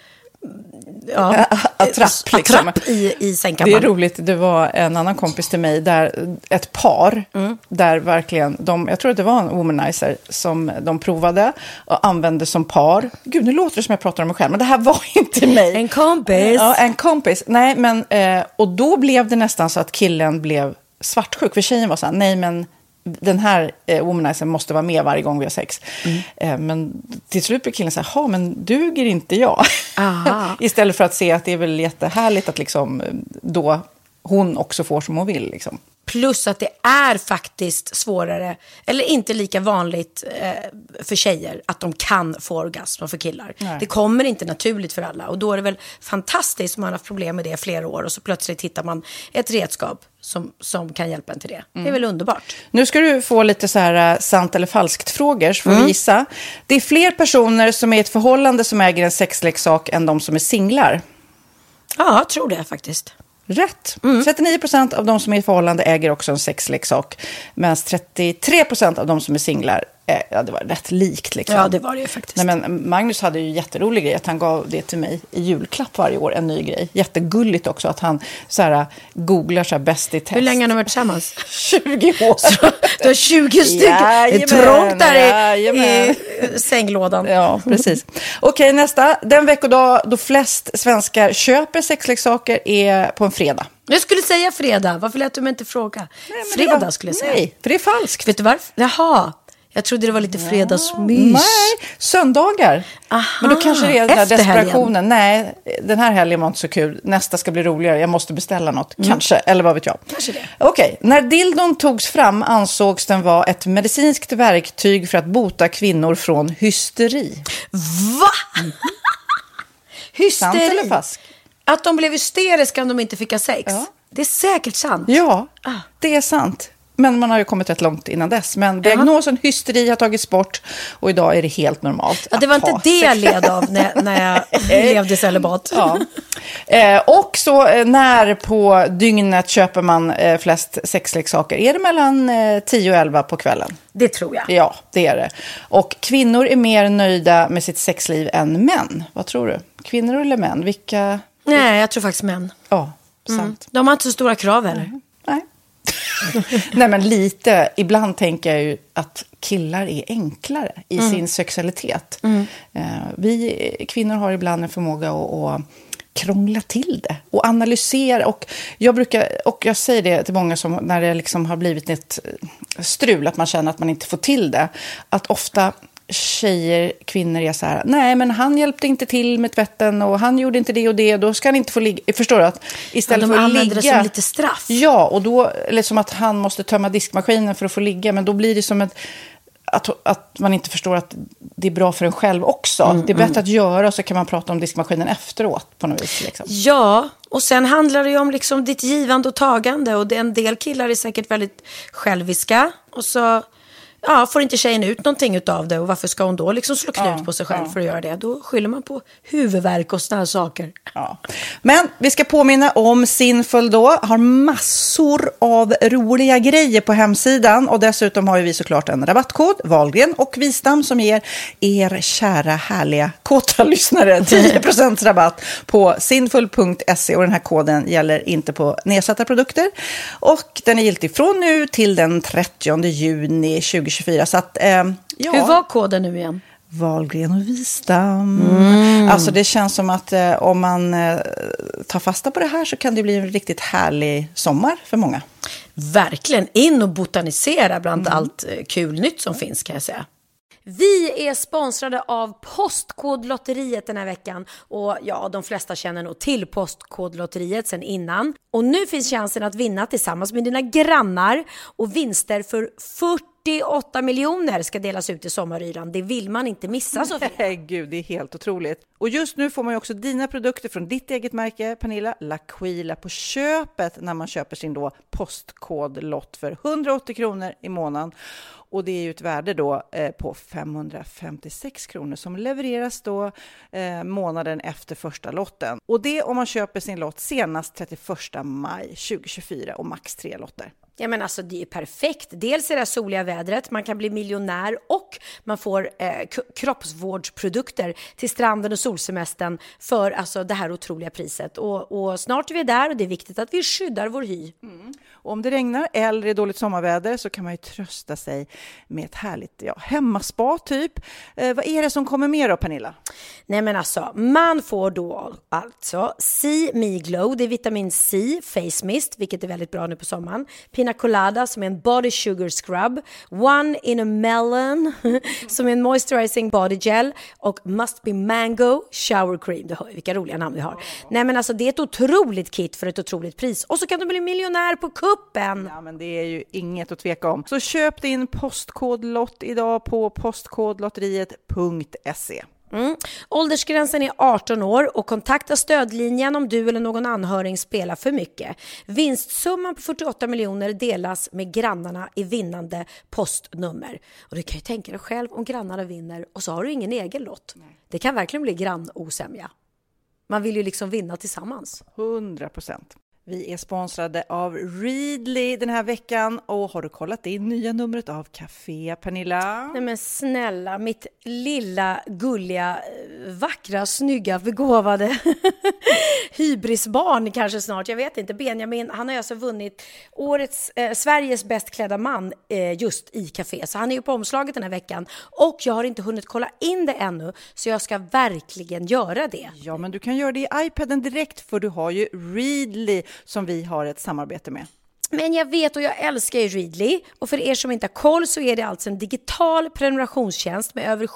Ja, attrapp, liksom. attrapp i, i sängkammaren. Det är roligt, det var en annan kompis till mig där ett par mm. där verkligen de, jag tror att det var en womanizer som de provade och använde som par. Gud, nu låter det som jag pratar om mig själv, men det här var inte mig. En kompis. Ja, en kompis. Nej, men eh, och då blev det nästan så att killen blev svartsjuk, för tjejen var så här, nej men den här eh, womanizer måste vara med varje gång vi har sex. Mm. Eh, men till slut blir killen så här, men duger inte jag? Istället för att se att det är väl jättehärligt att liksom då hon också får som hon vill liksom. Plus att det är faktiskt svårare, eller inte lika vanligt eh, för tjejer att de kan få orgasm för killar. Nej. Det kommer inte naturligt för alla. Och då är det väl fantastiskt om man har haft problem med det i flera år. Och så plötsligt hittar man ett redskap som, som kan hjälpa en till det. Mm. Det är väl underbart. Nu ska du få lite så här sant eller falskt frågor, så får mm. vi gissa. Det är fler personer som är i ett förhållande som äger en sexleksak än de som är singlar. Ja, jag tror det faktiskt. Rätt. Mm. trettionio procent av de som är i förhållande äger också en sexleksak. Medan trettiotre procent av de som är singlar, eh, ja det var rätt likt liksom. Ja, det var det faktiskt. Nej, men Magnus hade ju jätterolig grej att han gav det till mig i julklapp varje år, en ny grej. Jättegulligt också att han så här, googlar så här bäst i test. Hur länge har ni varit tillsammans? tjugo år. Så, du har tjugo stycken. Det är trångt där i, i sänglådan. Ja, precis. Okej, nästa. Den veckodag då flest svenskar köper sexleksaker är på en fredag. Jag skulle säga fredag. Varför lät du mig inte fråga? Nej, fredag var, skulle jag säga. Nej, för det är falskt. Vet du varför? Jaha. Jag trodde det var lite fredagsmys. Nej, söndagar. Aha, men då kanske det är den här desperationen. Helgen. Nej, den här helgen var inte så kul. Nästa ska bli roligare. Jag måste beställa något. Mm. Kanske, eller vad vet jag. Kanske det. Okej, när dildon togs fram ansågs den vara ett medicinskt verktyg för att bota kvinnor från hysteri. Va? Hysteri? Sant eller falskt? Att de blev hysteriska om de inte fick ha sex. Ja. Det är säkert sant. Ja, ah. det är sant. Men man har ju kommit rätt långt innan dess. Men diagnosen hysteri har tagits bort. Och idag är det helt normalt. Ja, det var inte det jag led av när, när jag levde i celibat. Ja. Eh, och så eh, när på dygnet köper man eh, flest sexleksaker? Är det mellan eh, tio och elva på kvällen? Det tror jag. Ja, det är det. Och kvinnor är mer nöjda med sitt sexliv än män. Vad tror du? Kvinnor eller män? Vilka... Nej, jag tror faktiskt män. Ja, sant. Mm. De har inte så stora krav heller. Nej. Nej. Nej, men lite. Ibland tänker jag ju att killar är enklare i mm. sin sexualitet. Mm. Uh, vi kvinnor har ibland en förmåga att, att krångla till det och analysera. Och jag brukar, och jag säger det till många som när det liksom har blivit ett strul, att man känner att man inte får till det. Att ofta tjejer, kvinnor är så här, nej men han hjälpte inte till med tvätten och han gjorde inte det och det, då ska han inte få ligga. Förstår du? Att istället ja, de för att ligga, det som lite straff. Ja, och då eller som att han måste tömma diskmaskinen för att få ligga, men då blir det som ett att, att man inte förstår att det är bra för en själv också. Mm, det är bättre mm. att göra, och så kan man prata om diskmaskinen efteråt på något vis. Liksom. Ja, och sen handlar det ju om liksom ditt givande och tagande, och det, en del killar är säkert väldigt själviska, och så ja, får inte tjejen ut någonting utav det, och varför ska hon då liksom slå knut ja, på sig själv ja. för att göra det? Då skyller man på huvudvärk och sådana saker. Ja. Men vi ska påminna om Sinful då, har massor av roliga grejer på hemsidan, och dessutom har ju vi såklart en rabattkod, Wahlgren och Wistam, som ger er kära härliga kåta lyssnare tio procent rabatt på sinful punkt se, och den här koden gäller inte på nedsatta produkter, och den är giltig från nu till den trettionde juni tjugohundratjugofyra. Så att, eh, ja. Hur var koden nu igen? Wahlgren och Wistam. Mm. Alltså det känns som att eh, om man eh, tar fasta på det här så kan det bli en riktigt härlig sommar för många. Verkligen, in och botanisera bland mm. allt eh, kul nytt som finns, kan jag säga. Vi är sponsrade av Postkodlotteriet den här veckan, och ja, de flesta känner nog till Postkodlotteriet sedan innan. Och nu finns chansen att vinna tillsammans med dina grannar, och vinster för fyrtioåtta miljoner ska delas ut i sommaryran. Det vill man inte missa, Sofia. Nej, gud, det är helt otroligt. Och just nu får man ju också dina produkter från ditt eget märke, Pernilla, L'Aquila, på köpet när man köper sin då postkodlott för hundraåttio kronor i månaden. Och det är ju ett värde då eh, på femhundrafemtiosex kronor som levereras då eh, månaden efter första lotten. Och det om man köper sin lott senast trettioförsta maj tjugohundratjugofyra, och max tre lotter. Ja, men alltså det är perfekt. Dels är det såliga vädret, man kan bli miljonär, och man får eh, k- kroppsvårdsprodukter till stranden och solsemestern för alltså det här otroliga priset. Och, och snart är vi där, och det är viktigt att vi skyddar vår hy. Mm. Och om det regnar eller är dåligt sommarväder så kan man ju trösta sig med ett härligt ja, hemmaspa typ. Eh, vad är det som kommer mer då, Pernilla? Nej men alltså, man får då alltså C Me Glow, det är vitamin C, face mist, vilket är väldigt bra nu på sommaren. Pina Colada som är en body sugar scrub. One in a melon som är en moisturizing body gel. Och Must Be Mango shower cream. Det hör ju vilka roliga namn vi har. Nej men alltså, det är ett otroligt kit för ett otroligt pris. Och så kan du bli miljonär på kuppen. Ja men det är ju inget att tveka om. Så köp din postkodlott idag på postkodlotteriet punkt se. Mm. Åldersgränsen är arton år och kontakta stödlinjen om du eller någon anhörig spelar för mycket. Vinstsumman på fyrtioåtta miljoner delas med grannarna i vinnande postnummer. Och du kan ju tänka dig själv om grannarna vinner och så har du ingen egen lott. Nej. Det kan verkligen bli grannosämja. Man vill ju liksom vinna tillsammans. hundra procent. Vi är sponsrade av Readly den här veckan. Och har du kollat det nya numret av Café, Pernilla? Nej men snälla, mitt lilla, gulliga, vackra, snygga, begåvade hybrisbarn kanske snart. Jag vet inte. Benjamin, han har alltså vunnit årets, eh, Sveriges bäst klädda man eh, just i Café. Så han är ju på omslaget den här veckan. Och jag har inte hunnit kolla in det ännu. Så jag ska verkligen göra det. Ja, men du kan göra det i iPaden direkt för du har ju Readly som vi har ett samarbete med. Men jag vet och jag älskar ju Readly. Och för er som inte har koll så är det alltså en digital prenumerationstjänst med över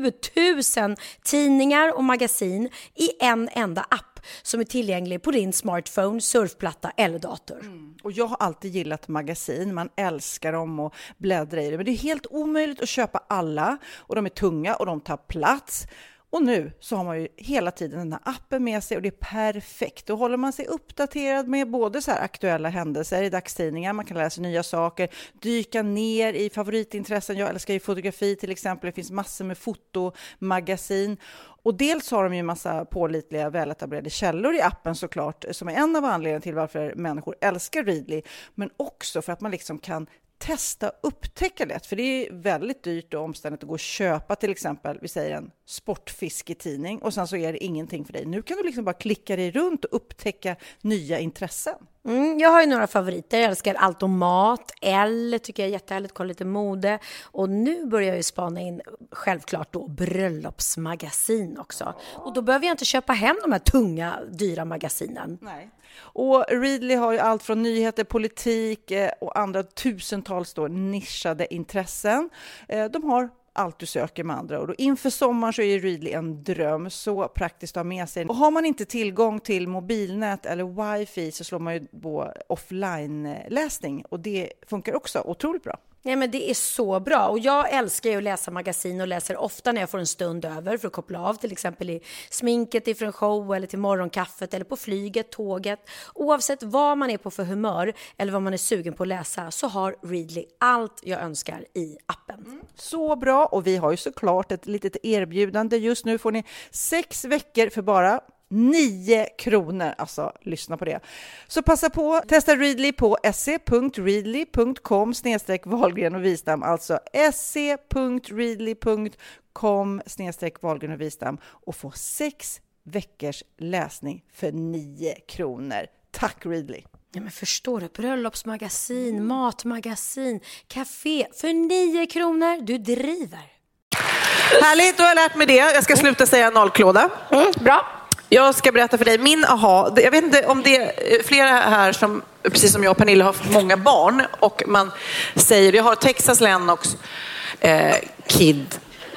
sjutusen tidningar och magasin i en enda app som är tillgänglig på din smartphone, surfplatta eller dator. Mm. Och jag har alltid gillat magasin. Man älskar dem och bläddra i det. Men det är helt omöjligt att köpa alla. Och de är tunga och de tar plats. Och nu så har man ju hela tiden den här appen med sig och det är perfekt. Då håller man sig uppdaterad med både så här aktuella händelser i dagstidningar. Man kan läsa nya saker, dyka ner i favoritintressen. Jag älskar ju fotografi till exempel. Det finns massor med fotomagasin. Och dels har de ju en massa pålitliga, väletablerade källor i appen såklart. Som är en av anledningarna till varför människor älskar Readly. Men också för att man liksom kan testa upptäcka lätt, för det är väldigt dyrt och omständigt att gå och köpa till exempel, vi säger en sportfisketidning och sen så är det ingenting för dig. Nu kan du liksom bara klicka dig runt och upptäcka nya intressen. Mm, jag har ju några favoriter. Jag älskar allt om mat. L tycker jag är jättehärligt. Kolla lite mode. Och nu börjar jag ju spana in självklart då bröllopsmagasin också. Och då behöver jag inte köpa hem de här tunga, dyra magasinen. Nej. Och Readly har ju allt från nyheter, politik och andra tusentals då nischade intressen. De har allt du söker med andra ord. Och inför sommaren så är Readly en dröm, så praktiskt att ha med sig. Och har man inte tillgång till mobilnät eller wifi så slår man ju på offline-läsning. Och det funkar också otroligt bra. Ja, men det är så bra. Och jag älskar ju att läsa magasin och läser ofta när jag får en stund över för att koppla av. Till exempel i sminket ifrån show eller till morgonkaffet eller på flyget, tåget. Oavsett vad man är på för humör eller vad man är sugen på att läsa så har Readly allt jag önskar i appen. Mm. Så bra, och vi har ju såklart ett litet erbjudande. Just nu får ni sex veckor för bara nio kronor, alltså lyssna på det. Så passa på, testa Readly på se punkt readly punkt com snedstreck Wahlgren och Wistam, alltså se punkt readly punkt com snedstreck Wahlgren och Wistam och få sex veckors läsning för nio kronor. Tack Readly. Ja, men förstår du? Bröllopsmagasin, matmagasin, café för nio kronor. Du driver. Härligt, då har jag lärt mig det. Jag ska sluta säga nollklåda. Mm, bra. Jag ska berätta för dig, min aha, jag vet inte om det är flera här som, precis som jag och Pernilla, har många barn och man säger, jag har Texas Lennox, eh, Kid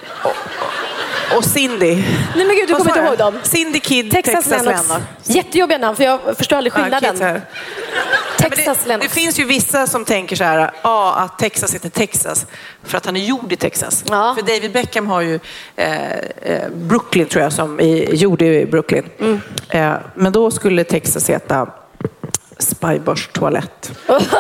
och, och Cindy. Nej men gud, du kommer inte ihåg dem. Cindy, Kid, Texas, Texas Lennox. Lennox. Jättejobbiga namn, för jag förstår aldrig skillnaden. Ja, Texas det, Lennox. det finns ju vissa som tänker så här, ja, att Texas heter Texas för att han är gjord i Texas. Ja. För David Beckham har ju eh, Brooklyn, tror jag, som är gjord i Brooklyn. Mm. Eh, men då skulle Texas heta Spybars toalett.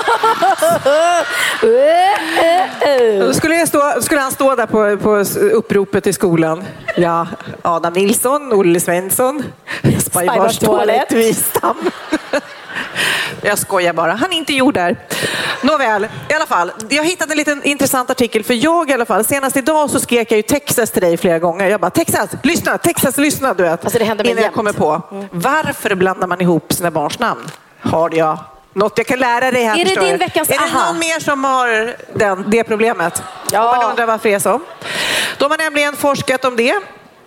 Då skulle, jag stå, skulle han stå där på, på uppropet i skolan. Ja, Adam Nilsson, Olle Svensson, Spybars toalett, Wistam. Jag skojar bara. Han är inte gjord där. Nåväl, i alla fall. Jag hittade en liten intressant artikel. För jag i alla fall, senast idag så skrek jag ju Texas till dig flera gånger. Jag bara, Texas, lyssna, Texas, lyssna, du vet. Alltså det händer mig innan jag jämt. kommer på. Mm. Varför blandar man ihop sina barns namn? Har jag något jag kan lära dig här? Är det din veckans Är det aha? någon mer som har den, det problemet? Ja. Om man undrar varför det är så. Då har man nämligen forskat om det.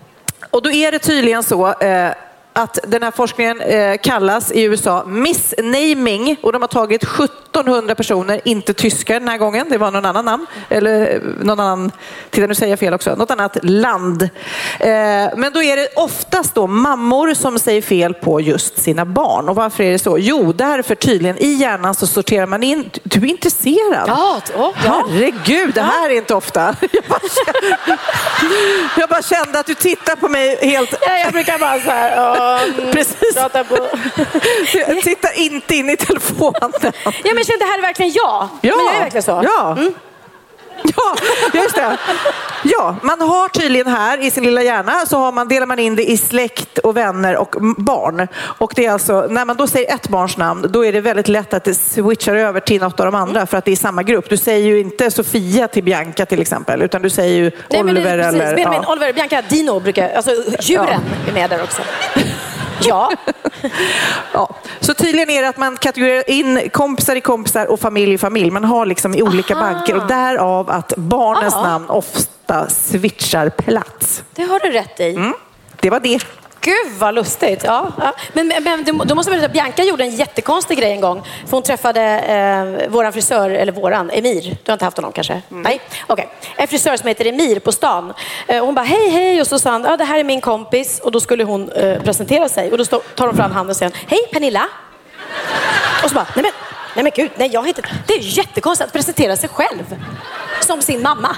Och då är det tydligen så eh, att den här forskningen eh, kallas i U S A missnaming, och de har tagit sjuttonhundra personer, inte tyskar den här gången, det var någon annan namn, eller någon annan, titta nu säger jag fel också, något annat land. Eh, men då är det oftast då mammor som säger fel på just sina barn. Och varför är det så? Jo, därför tydligen i hjärnan så sorterar man in, du är intresserad. Ja, oh, ja. Herregud, det här är inte ofta. Jag bara, kände, jag bara kände att du tittar på mig helt... Ja, jag brukar bara så här... Um, Precis. På. Titta inte in i telefonen. Ja, men kände det här är verkligen jag. Ja. Men jag är verkligen så. Ja. Mm. Ja, just det. Ja, man har tydligen här i sin lilla hjärna så har man, delar man in det i släkt och vänner och barn. Och det är alltså, när man då säger ett barns namn, då är det väldigt lätt att det switchar över till något av de andra för att det är samma grupp. Du säger ju inte Sofia till Bianca till exempel, utan du säger ju Nej, Oliver men det, eller... Ja. Men Oliver, Bianca, Dino brukar, alltså djuren ja. är med där också. Ja. Ja. Så tydligen är det att man kategoriserar in kompisar i kompisar och familj i familj. Man har liksom i olika Aha. banker, och därav att barnens Aha. namn ofta switchar plats. Det har du rätt i. Mm. Det var det. Gud vad lustigt. Ja, ja. Men, men då måste jag berätta att Bianca gjorde en jättekonstig grej en gång. För hon träffade eh, våran frisör, eller våran, Emir. Du har inte haft honom kanske? Mm. Nej? Okej. Okay. En frisör som heter Emir på stan. Eh, hon bara, hej hej. Och så sa han, ja det här är min kompis. Och då skulle hon eh, presentera sig. Och då stå, tar hon fram handen och säger, hej Pernilla. Och så bara, nej men, nej men gud, nej jag heter... Det är ju jättekonstigt att presentera sig själv. Som sin mamma.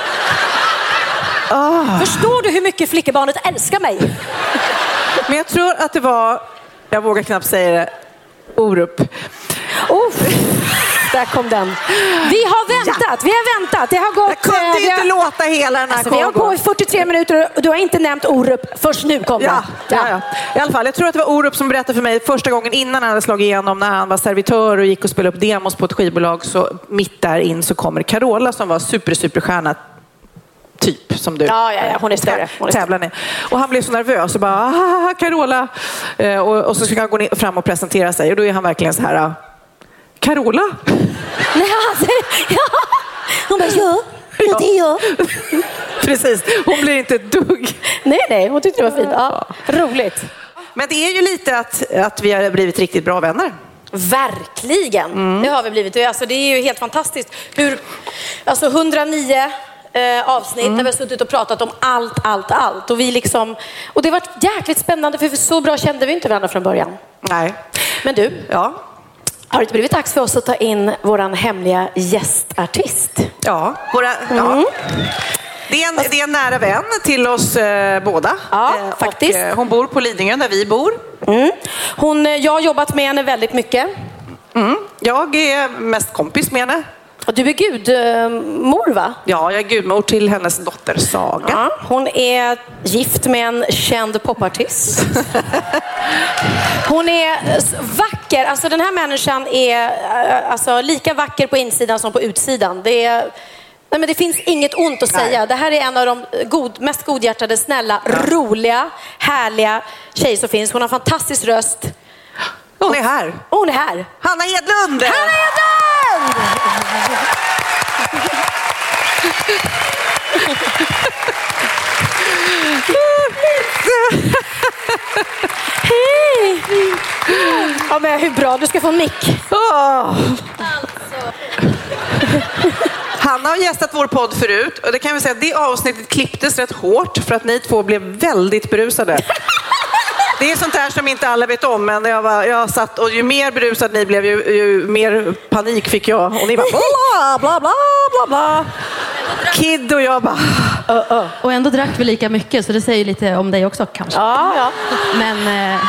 Oh. Förstår du hur mycket flickebarnet älskar mig? Men jag tror att det var, jag vågar knappt säga det, Orup. Oh, där kom den. Vi har väntat, ja. vi har väntat. Det har gått... Jag kunde eh, inte har, låta hela den här alltså, vi har på i fyrtiotre minuter och du har inte nämnt Orup. Först nu kom ja, den. Ja. Ja, ja. I alla fall, jag tror att det var Orup som berättade för mig första gången innan han hade slagit igenom, när han var servitör och gick och spelade upp demos på ett skivbolag, så mitt där in så kommer Carola som var super, superstjärna. Typ som du. Ja, ja, ja. Hon är större. Hon är tävlar ni. Och han blev så nervös och bara, ah, Carola. Eh, och, och så ska han gå ner, fram och presentera sig. Och då är han verkligen så här, Carola? Nej, alltså, ja. Hon bara, ja, ja, det är jag. Precis, hon blir inte ett dugg. Nej, nej, hon tyckte det var fint. Ja, roligt. Men det är ju lite att, att vi har blivit riktigt bra vänner. Verkligen, mm. det har vi blivit. Alltså, det är ju helt fantastiskt. Hur, alltså hundranio... Eh, avsnitt mm. där vi har suttit och pratat om allt, allt, allt. Och, vi liksom, och det har varit jäkligt spännande, för så bra kände vi inte varandra från början. Nej. Men du, ja. har det inte blivit dags för oss att ta in våran hemliga gästartist? Ja, våra, mm. ja. Det är, en, det är en nära vän till oss eh, båda. Ja, eh, faktiskt. Och, eh, hon bor på Lidingö där vi bor. Mm. Hon, jag har jobbat med henne väldigt mycket. Mm. Jag är mest kompis med henne. Och du är gudmor, va? Ja, jag är gudmor till hennes dotter Saga. Ja, hon är gift med en känd popartist. Hon är vacker. Alltså den här människan är alltså, lika vacker på insidan som på utsidan. Det är... Nej, men det finns inget ont att säga. Nej. Det här är en av de god, mest godhjärtade, snälla, roliga, härliga tjejer som finns. Hon har en fantastisk röst. Hon är här. Hon är här. Hanna Edlund! Hanna Edlund! Hej! Ja, men hur bra, du ska få en mick. Oh. Hanna har gästat vår podd förut, och det kan vi säga att det avsnittet klipptes rätt hårt för att ni två blev väldigt berusade. Det är sånt där som inte alla vet om, men jag, var, jag satt och ju mer berusad ni blev, ju, ju mer panik fick jag. Och ni bara bla bla bla bla bla. Kid och jag bara... Uh, uh. Och ändå drack vi lika mycket, så det säger lite om dig också kanske. Ja, ja. Men... Eh...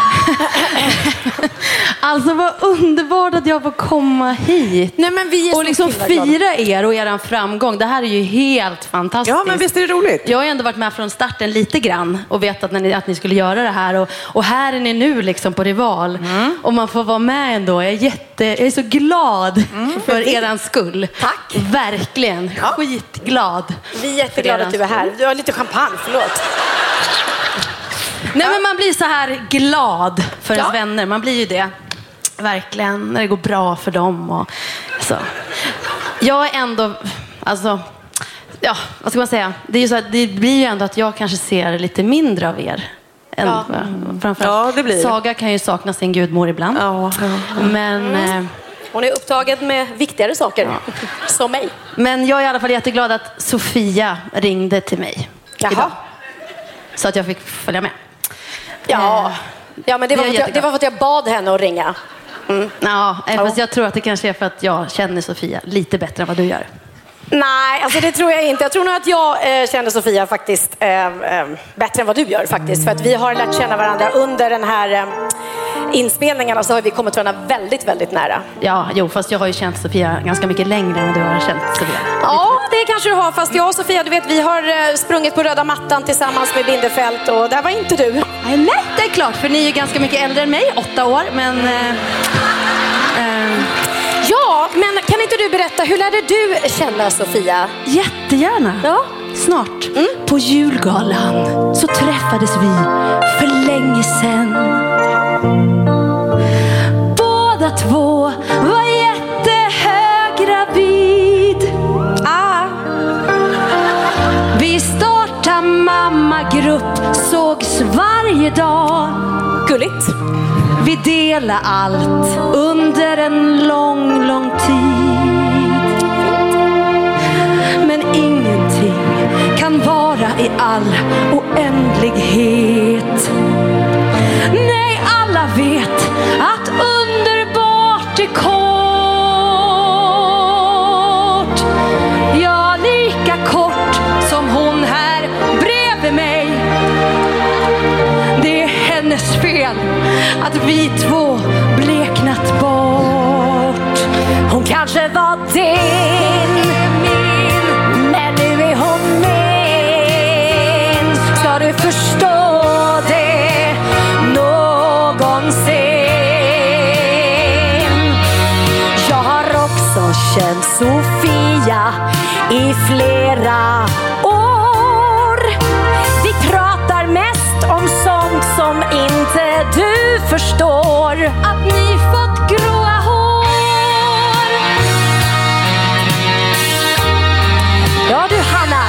alltså vad underbart att jag får komma hit. Nej, men vi är och liksom fira er och er framgång. Det här är ju helt fantastiskt. Ja, men visst är det roligt. Jag har ändå varit med från starten lite grann och vet att ni, att ni skulle göra det här. Och, och här är ni nu liksom på Rival. Mm. Och man får vara med ändå. Jag är, jätte, jag är så glad mm. för eran skull. Tack. Verkligen. Ja. Skitglad. Vi är jätteglada att du är här. Du har lite champagne, förlåt. Nej, men man blir så här glad för ens ja. vänner. Man blir ju det. Verkligen. När det går bra för dem. Och så. Jag är ändå... Alltså... ja, vad ska man säga? Det är ju så att det blir ju ändå att jag kanske ser lite mindre av er. Än, Ja. mm. Framförallt. Ja, det blir. Saga kan ju sakna sin gudmor ibland. Ja, ja. Men, Mm. eh, Hon är upptagen med viktigare saker. Som mig. men jag är i alla fall jätteglad att Sofia ringde till mig Jaha. idag. Så att jag fick följa med. Ja, ja men det var, Jag är för att jag, det var för att jag bad henne att ringa. Mm. Ja, fast jag tror att det kanske är för att jag känner Sofia lite bättre än vad du gör. Nej, alltså det tror jag inte. Jag tror nog att jag eh, känner Sofia faktiskt eh, eh, bättre än vad du gör faktiskt. För att vi har lärt känna varandra under den här eh, inspelningarna, så har vi kommit varandra väldigt, väldigt nära. Ja, jo, fast jag har ju känt Sofia ganska mycket längre än vad du har känt Sofia. Ja, det kanske du har. Fast jag och Sofia, du vet, vi har eh, sprungit på röda mattan tillsammans med Bindefält, och där var inte du. Nej, nej, det är klart, för ni är ju ganska mycket äldre än mig, åtta år, men... Eh, eh, Ja, men kan inte du berätta, hur lärde du känna Sofia? Jättegärna. Ja. Snart. Mm. På julgalan så träffades vi för länge sedan. Båda två var jättehöggravid. Ah. Vi startade mammagrupp, sågs varje dag. Gulligt. Vi delade allt under en lång, lång tid. Men ingenting kan vara i all oändlighet. Nej, alla vet att underbart är kort. Ja, lika kort som hon här bredvid mig. Det är hennes fel att vi två bleknat bort. Hon kanske var din, men nu är hon min. Ska du förstå det någonsin? Jag har också känt Sofia i flera år. Vi pratar mest om sånt som inte du förstår. Att ni fått gråa hår. Ja du Hanna,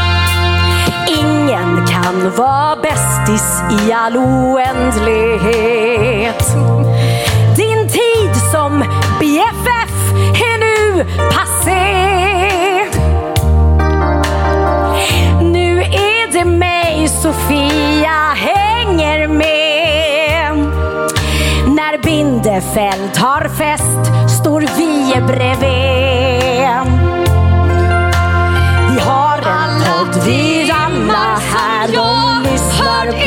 ingen kan vara bästis i all oändlighet. Din tid som B F F är nu passé. Nu är det mig Sofia hänger med. När Bindefält har fest står vi bredvid. Vi har en podd vi alla här de lyssnar på.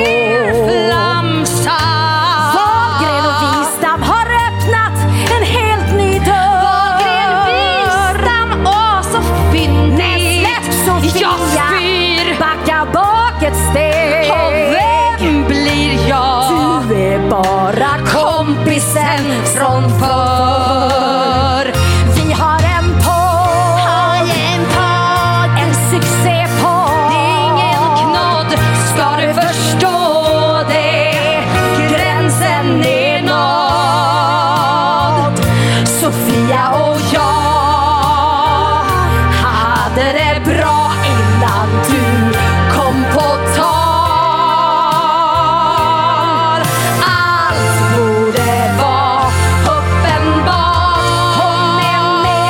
Wahlgren och Wistam har öppnat en helt ny dörr. Wahlgren, Wistam, åh så fyndigt. Släpp Sofia, Jag spyr. backa bak ett steg. Och vem blir jag? Du är bara kompisen från förr. Vi har en podd, en podd, en succépodd. Det är ingen knodd, ska du förstå det. Gränsen är nådd. Sofia och jag hade det bra innan du kom på tal. Allt borde vara uppenbart. Hon är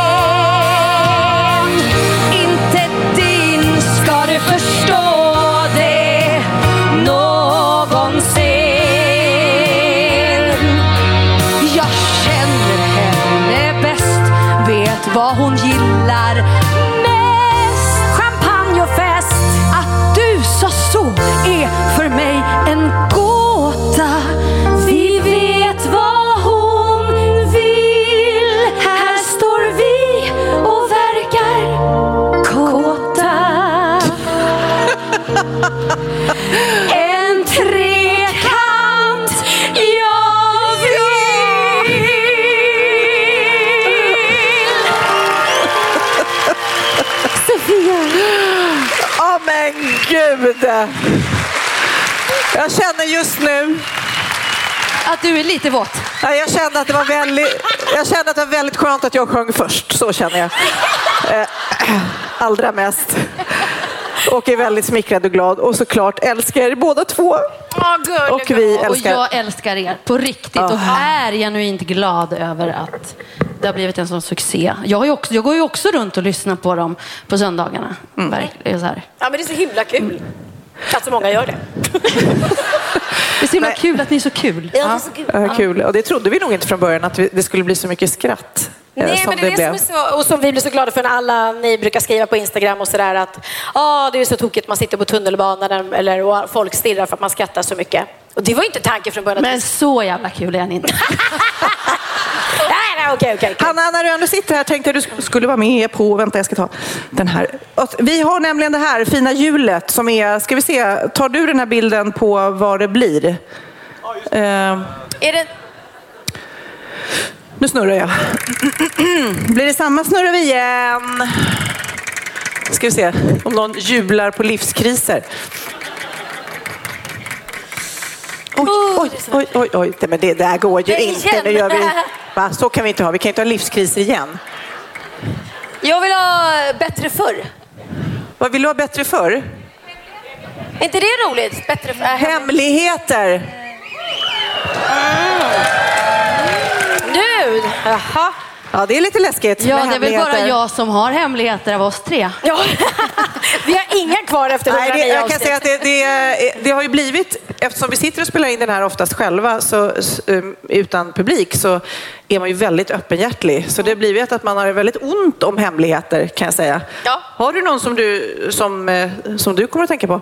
min, Inte din, ska du förstå det någonsin. jag känner henne bäst, vet vad hon gillar mest. Champagne och fest. Att du sa så är för mig en gåta. Vi vet vad hon vill. Här står vi och verkar kåta. En trekant jag vill. Sofia. Ja, men gud. Jag känner just nu... Att du är lite våt. Ja, jag kände att det var väldigt, jag kände att det var väldigt skönt att jag sjöng först. Så känner jag. Eh, allra mest. Och är väldigt smickrad och glad. Och såklart älskar er båda två. Oh, good, och vi älskar... Och jag älskar er på riktigt. Oh. Och är genuint glad över att det har blivit en sån succé. Jag, har ju också, jag går ju också runt och lyssnar på dem på söndagarna. Mm. Verkligen så här. Ja, men det är så himla kul. Mm. Att så många gör det. Det är så himla Nej. kul att ni är så kul. Ja, det är så kul. Ja, kul. Och det trodde vi nog inte från början, att vi, det skulle bli så mycket skratt. Nej, som men det är det, det som är så, och som vi blir så glada för när alla ni brukar skriva på Instagram och sådär att ah, det är så tokigt, man sitter på tunnelbanan eller och folk stirrar för att man skrattar så mycket. Och det var ju inte tanken från början. Men så jävla kul är han inte. nej, nej, okej, okej. Hanna, när du ändå sitter här tänkte jag att du skulle vara med på, vänta jag ska ta den här. Vi har nämligen det här fina hjulet som är, ska vi se, tar du den här bilden på vad det blir? Ja, just det. Uh, är det... Nu snurrar jag. Blir det samma snurrar vi igen. Ska vi se om någon jublar på livskriser. Oj, oj, oj, oj, oj. Men det där går ju inte. Nu gör vi... Va? Så kan vi inte ha. Vi kan inte ha livskriser igen. Jag vill ha bättre förr. Vad vill du ha bättre förr? Är inte det roligt? Bättre förr. Hemligheter. Mm. Du, jaha. Ja, det är lite läskigt. Ja, det är väl bara jag som har hemligheter av oss tre. Ja, vi har inga kvar efter hundranio. Nej, det, jag kan säga att det, det, det har ju blivit, eftersom vi sitter och spelar in den här oftast själva så, utan publik, så är man ju väldigt öppenhjärtlig. Så det har blivit att man har väldigt ont om hemligheter, kan jag säga. Ja. Har du någon som du, som, som du kommer att tänka på?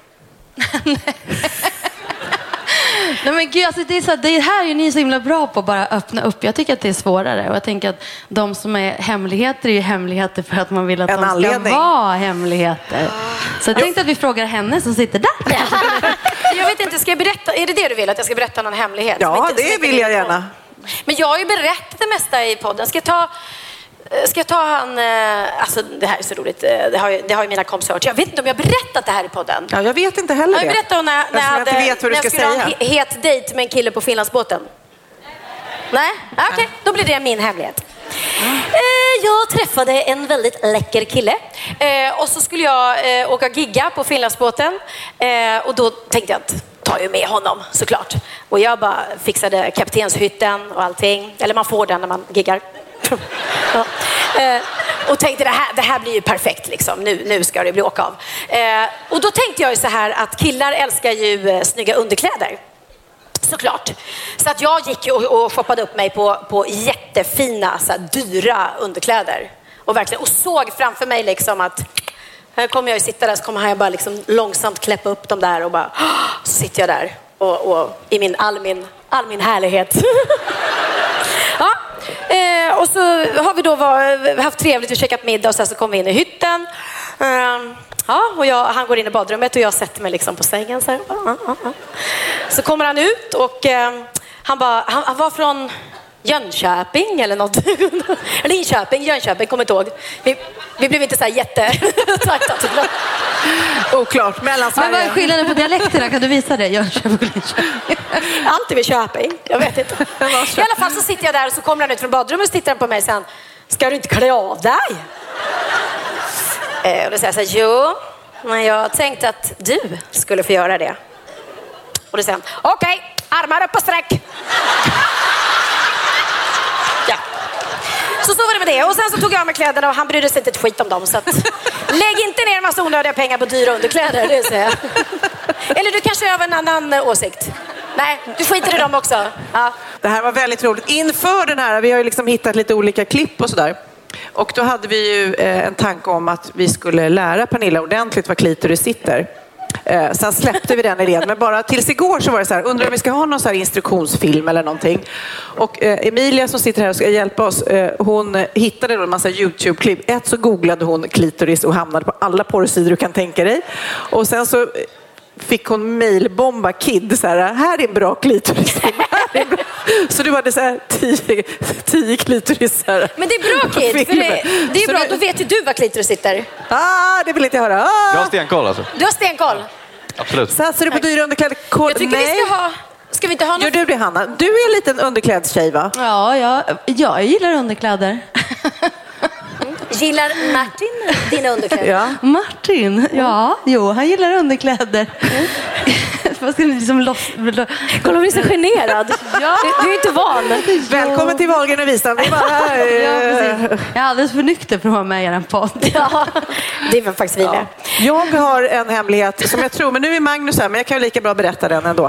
Nej men gud, alltså det, är så, det här är ju ni så himla bra på att bara öppna upp. Jag tycker att det är svårare. Och jag tänker att de som är hemligheter är ju hemligheter för att man vill att en de anledning. ska vara hemligheter. Så jag tänkte att vi frågar henne som sitter där. Jag vet inte, ska jag berätta? Är det det du vill? Att jag ska berätta någon hemlighet? Ja, inte, det vill jag gärna. Men jag har ju berättat det mesta i podden. Ska jag ta... Ska jag ta han... Alltså det här är så roligt. Det har ju, det har ju mina kompisar hört. Jag vet inte om jag har berättat det här i podden. Ja, jag vet inte heller det. Jag berättade när, när jag, hade, jag, vet vad du när jag ska skulle säga. ha en het dejt med en kille på Finlandsbåten. Nej? Okej, okay. Då blir det min hemlighet. Jag träffade en väldigt läcker kille. Och så skulle jag åka gigga på Finlandsbåten. Och då tänkte jag att ta ju med honom såklart. Och jag bara fixade kaptenshytten och allting. Eller man får den när man giggar. Ja. Eh, och tänkte det här, det här blir ju perfekt liksom. nu, nu ska det bli åka av eh, och då tänkte jag ju så här att killar älskar ju eh, snygga underkläder såklart, så att jag gick och, och shoppade upp mig på, på jättefina så här, dyra underkläder och verkligen och såg framför mig liksom att här kommer jag ju sitta där, så kommer jag bara liksom långsamt kläppa upp dem där och bara så sitter jag där och, och i min all min, all min härlighet. Ja. Eh, och så har vi då var, haft trevligt och käkat middag och sen så kom vi in i hytten. Eh, ja, och jag, han går in i badrummet och jag sätter mig liksom på sängen så här. Ah, ah, ah. Så kommer han ut och eh, han, bara, han, han var från Jönköping eller något. Eller Linköping, Jönköping, kommer inte ihåg. Vi, vi blev inte så här jätte... Oklart, mellan Sverige. Men vad är skillnaden på dialekterna? Kan du visa det? Jönköping och Linköping. Alltid vid Köping, jag vet inte. I alla fall så sitter jag där och så kommer han ut från badrummet och tittar han på mig och säger, ska du inte klä av dig? Eh, och då säger jag så här, jo, men jag tänkte att du skulle få göra det. Och då säger han, okej, okay, armar upp på sträck. Ja. Så så var det med det. Och sen så tog jag av mig kläderna och han brydde sig inte ett skit om dem. Så att, lägg inte ner en massa onödiga pengar på dyra underkläder, det säger jag. Eller du kanske har en annan åsikt. Nej, du skiter i dem också. Ja. Det här var väldigt roligt. Inför den här, vi har ju liksom hittat lite olika klipp och sådär. Och då hade vi ju en tanke om att vi skulle lära Pernilla ordentligt vad klitoris sitter. Eh, sen släppte vi den idén, men bara tills igår så var det så här, undrar om vi ska ha någon så här instruktionsfilm eller någonting. Och eh, Emilia som sitter här och ska hjälpa oss, eh, hon hittade då en massa YouTube-klipp. Ett så googlade hon klitoris och hamnade på alla porrsidor du kan tänka dig. Och sen så fick hon mailbomba Kid så här, här är en bra klitoris. Så du hade så här tio, tio klitorisar. Men det är bra Kid, för det, det är bra, då vet ju du vad klitoris sitter. Ah, det vill inte jag höra. Ah. Jag har stenkoll alltså. Du har stenkoll. Absolut. Satsar du på dyra underkläder? Jag tycker Nej. vi ska ha... Ska vi inte ha något? Gör du det, Hanna? Du är en liten underklädstjej, va? Ja, jag, jag gillar underkläder. Gillar Martin dina underkläder? Ja. Martin? Ja, jo, han gillar underkläder. Mm. Vad ska ni liksom loss... Kolla, du är så generad. Ja. Du, du är inte van. Välkommen till Wahlgren och Wistam. Det är bara... ja, precis. Jag är alldeles för nykter för att vara med i er podd. Ja, det är väl faktiskt vi ja. Jag har en hemlighet som jag tror, men nu är Magnus här, men jag kan ju lika bra berätta den ändå.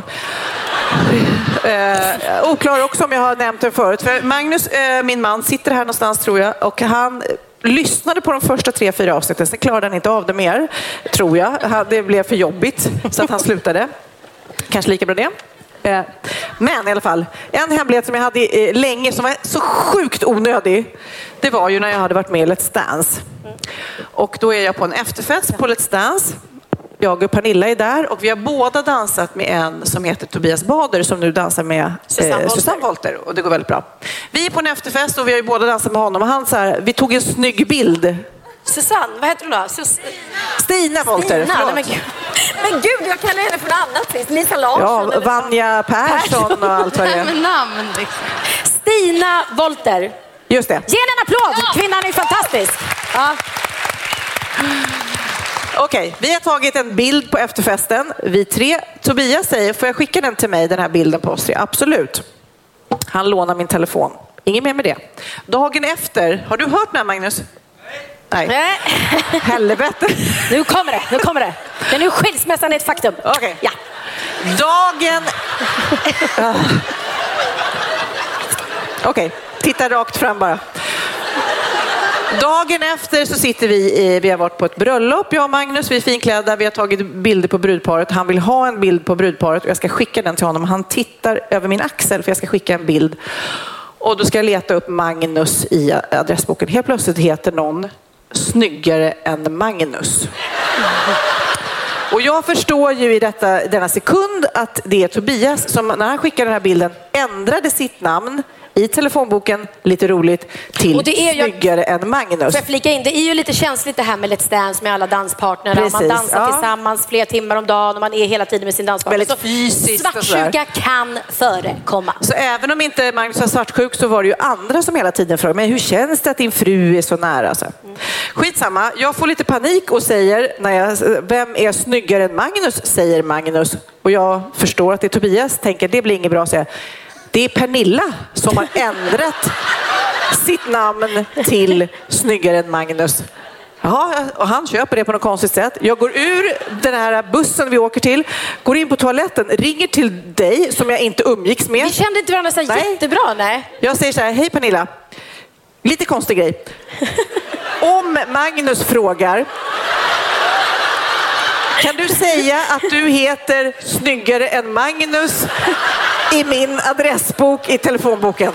Eh, oklar också om jag har nämnt den förut. För Magnus, eh, min man, sitter här någonstans tror jag, och han lyssnade på de första tre, fyra avsnitten. Sen klarade han inte av det mer, tror jag. Det blev för jobbigt så att han slutade. Kanske lika bra det. Eh, men i alla fall, en hemlighet som jag hade eh, länge som var så sjukt onödig, det var ju när jag hade varit med i Let's Dance. Och då är jag på en efterfest på Let's Dance. Jag och Pernilla är där och vi har båda dansat med en som heter Tobias Bader som nu dansar med Susanne, eh, Susanne Wolter, och det går väldigt bra. Vi är på en efterfest och vi har ju båda dansat med honom och han så här, vi tog en snygg bild. Susanne, vad heter du då? Sus- Stina Wolter, Stina, nej, men, gud. men gud, jag kallar henne för något annat sist. Lisa Larsson. Ja, Vanja Persson och allt vad det är. Men namn liksom. Stina Wolter. Just det. Ge henne en applåd, ja. Kvinnan är fantastisk. Ja. Okej, vi har tagit en bild på efterfesten. Vi tre. Tobias säger, får jag skicka den till mig, den här bilden på oss tre? Absolut. Han lånar min telefon. Ingen mer med det. Dagen efter, har du hört den här, Magnus? Nej. Nej. Helvete. Nu kommer det, nu kommer det. Den är skilsmässan är ett faktum. Okej. Okay. Ja. Dagen... uh. Okej, okay. Titta rakt fram bara. Dagen efter så sitter vi i, vi har varit på ett bröllop, jag och Magnus, vi är finklädda, vi har tagit bilder på brudparet. Han vill ha en bild på brudparet och jag ska skicka den till honom. Han tittar över min axel för jag ska skicka en bild. Och då ska jag leta upp Magnus i adressboken. Helt plötsligt heter någon snyggare än Magnus. Och jag förstår ju i detta, denna sekund att det är Tobias som när han skickade den här bilden ändrade sitt namn i telefonboken, lite roligt, till och det är snyggare ju, än Magnus. Får jag flika in, det är ju lite känsligt det här med Let's Dance med alla danspartner. Precis, man dansar ja. tillsammans flera timmar om dagen och man är hela tiden med sin danspartner. Väldigt fysiskt. Svartsjuka kan förekomma. Så även om inte Magnus var svartsjuk så var det ju andra som hela tiden frågade, men hur känns det att din fru är så nära? Så. Mm. Skitsamma, jag får lite panik och säger, när jag, vem är snyggare än Magnus, säger Magnus. Och jag förstår att det är Tobias, tänker det blir inget bra, säger det är Pernilla som har ändrat sitt namn till snyggare än Magnus. Jaha, och han köper det på något konstigt sätt. Jag går ur den här bussen vi åker till, går in på toaletten, ringer till dig som jag inte umgicks med. Vi kände inte varandra så nej. jättebra, nej. Jag säger så här, hej Pernilla. Lite konstig grej. Om Magnus frågar, kan du säga att du heter snyggare än Magnus i min adressbok i telefonboken?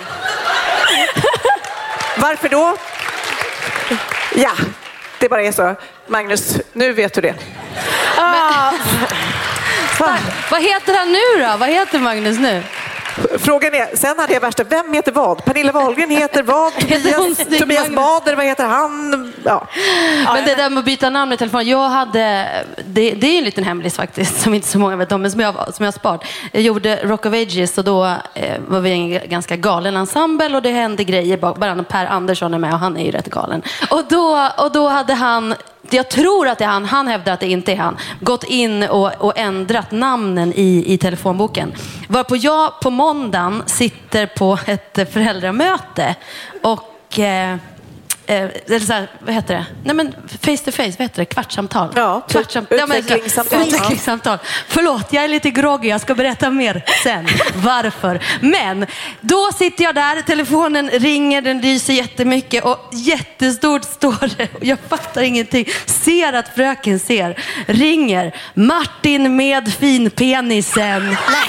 Varför då? Ja, det bara är så. Magnus, nu vet du det. Men, vad, vad heter han nu då? Vad heter Magnus nu? Frågan är, sen hade jag värsta, vem heter vad? Pernilla Wahlgren heter vad? Tobias, Tobias Bader, vad heter han? Ja. Men det där med att byta namn i telefon, jag hade, det, det är en liten hemlis faktiskt, som inte så många vet om, men som jag, som jag har sparat. Jag gjorde Rock of Ages och då eh, var vi en ganska galen ensemble och det hände grejer, bara Per Andersson är med och han är ju rätt galen. Och då, och då hade han, jag tror att det är han, han hävdar att det inte är han, gått in och, och ändrat namnen i, i telefonboken. Varpå jag på måndagen sitter på ett föräldramöte och eh, eller så här, vad heter det? Nej men face to face, vad heter det? Kvartssamtal. Ja, Kvartssamtal. utvecklingssamtal. Ja, utvecklingssamtal. Förlåt, jag är lite groggy, jag ska berätta mer sen varför. Men då sitter jag där, telefonen ringer, den lyser jättemycket och jättestort står det. Jag fattar ingenting. Ser att fröken ser. Ringer. Martin med finpenisen. Nej.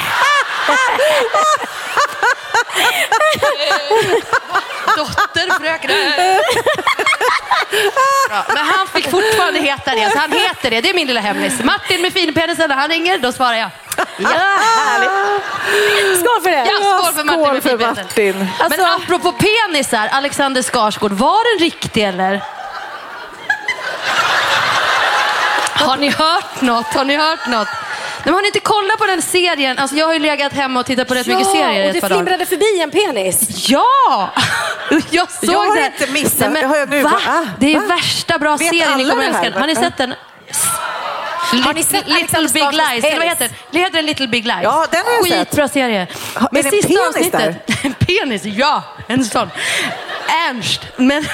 Dotter fröken. Bra. Men han fick fortfarande heta det, så han heter det. Det är min lilla hemlis. Martin med finpenisen, när han ringer, då svarar jag. Ja, härligt. Skål för det. Ja, skål för Martin med finpenisen. Alltså... Men apropå penisar, Alexander Skarsgård, var den riktig eller? Har ni hört något? Har ni hört något? Men har ni inte kollat på den serien? Alltså jag har ju legat hemma och tittat på rätt ja, mycket serier. och det flimrade förbi en penis. Ja! Jag såg jag har det. inte missat. Nej, jag har jag nu va? bara, ah, det är va? värsta bra Vet serien ni kommer här, älska. Har ni sett den? Har ni sett Little Big Lies? Eller vad heter den? Det heter en Little Big Lies. Ja, den har jag sett. Skitbra serie. Ha, Men är det en sista penis där? En penis, ja. En sån. Ernst. Men...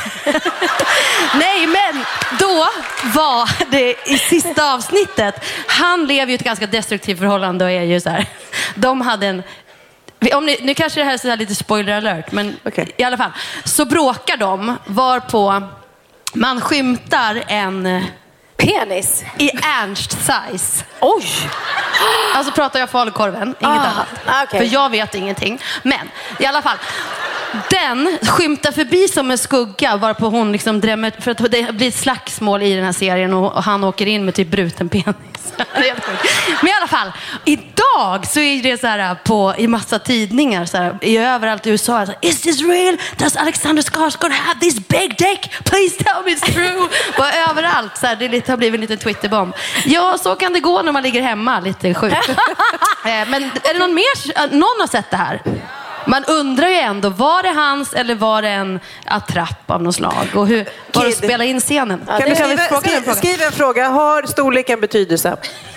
Nej, men då var det i sista avsnittet. Han lever ju ett ganska destruktivt förhållande och är ju så här. De hade en... Om ni, nu kanske det här är så här lite spoiler alert, men okay. i alla fall. Så bråkar de varpå man skymtar en... penis i Ernst size. Oj! Alltså pratar jag falukorven, inget ah, annat. Okay. För jag vet ingenting. Men i alla fall, den skymtar förbi som en skugga varpå hon liksom drämmer, för att det blir ett slagsmål i den här serien och, och han åker in med typ bruten penis. Men i alla fall, idag så är det så här på i massa tidningar så här, i överallt i U S A så här, is this real? Does Alexander Skarsgård have this big dick? Please tell me it's true. Bara överallt så här, det lite, har blivit en liten Twitterbomb. Ja, så kan det gå när man ligger hemma lite sjukt. Men är det någon mer, någon har sett det här? Man undrar ju ändå, var det hans eller var det en attrapp av något slag? Och hur var det att spela in scenen? Ja, kan du skriva, skriva, skriva en fråga. Har storleken betydelse?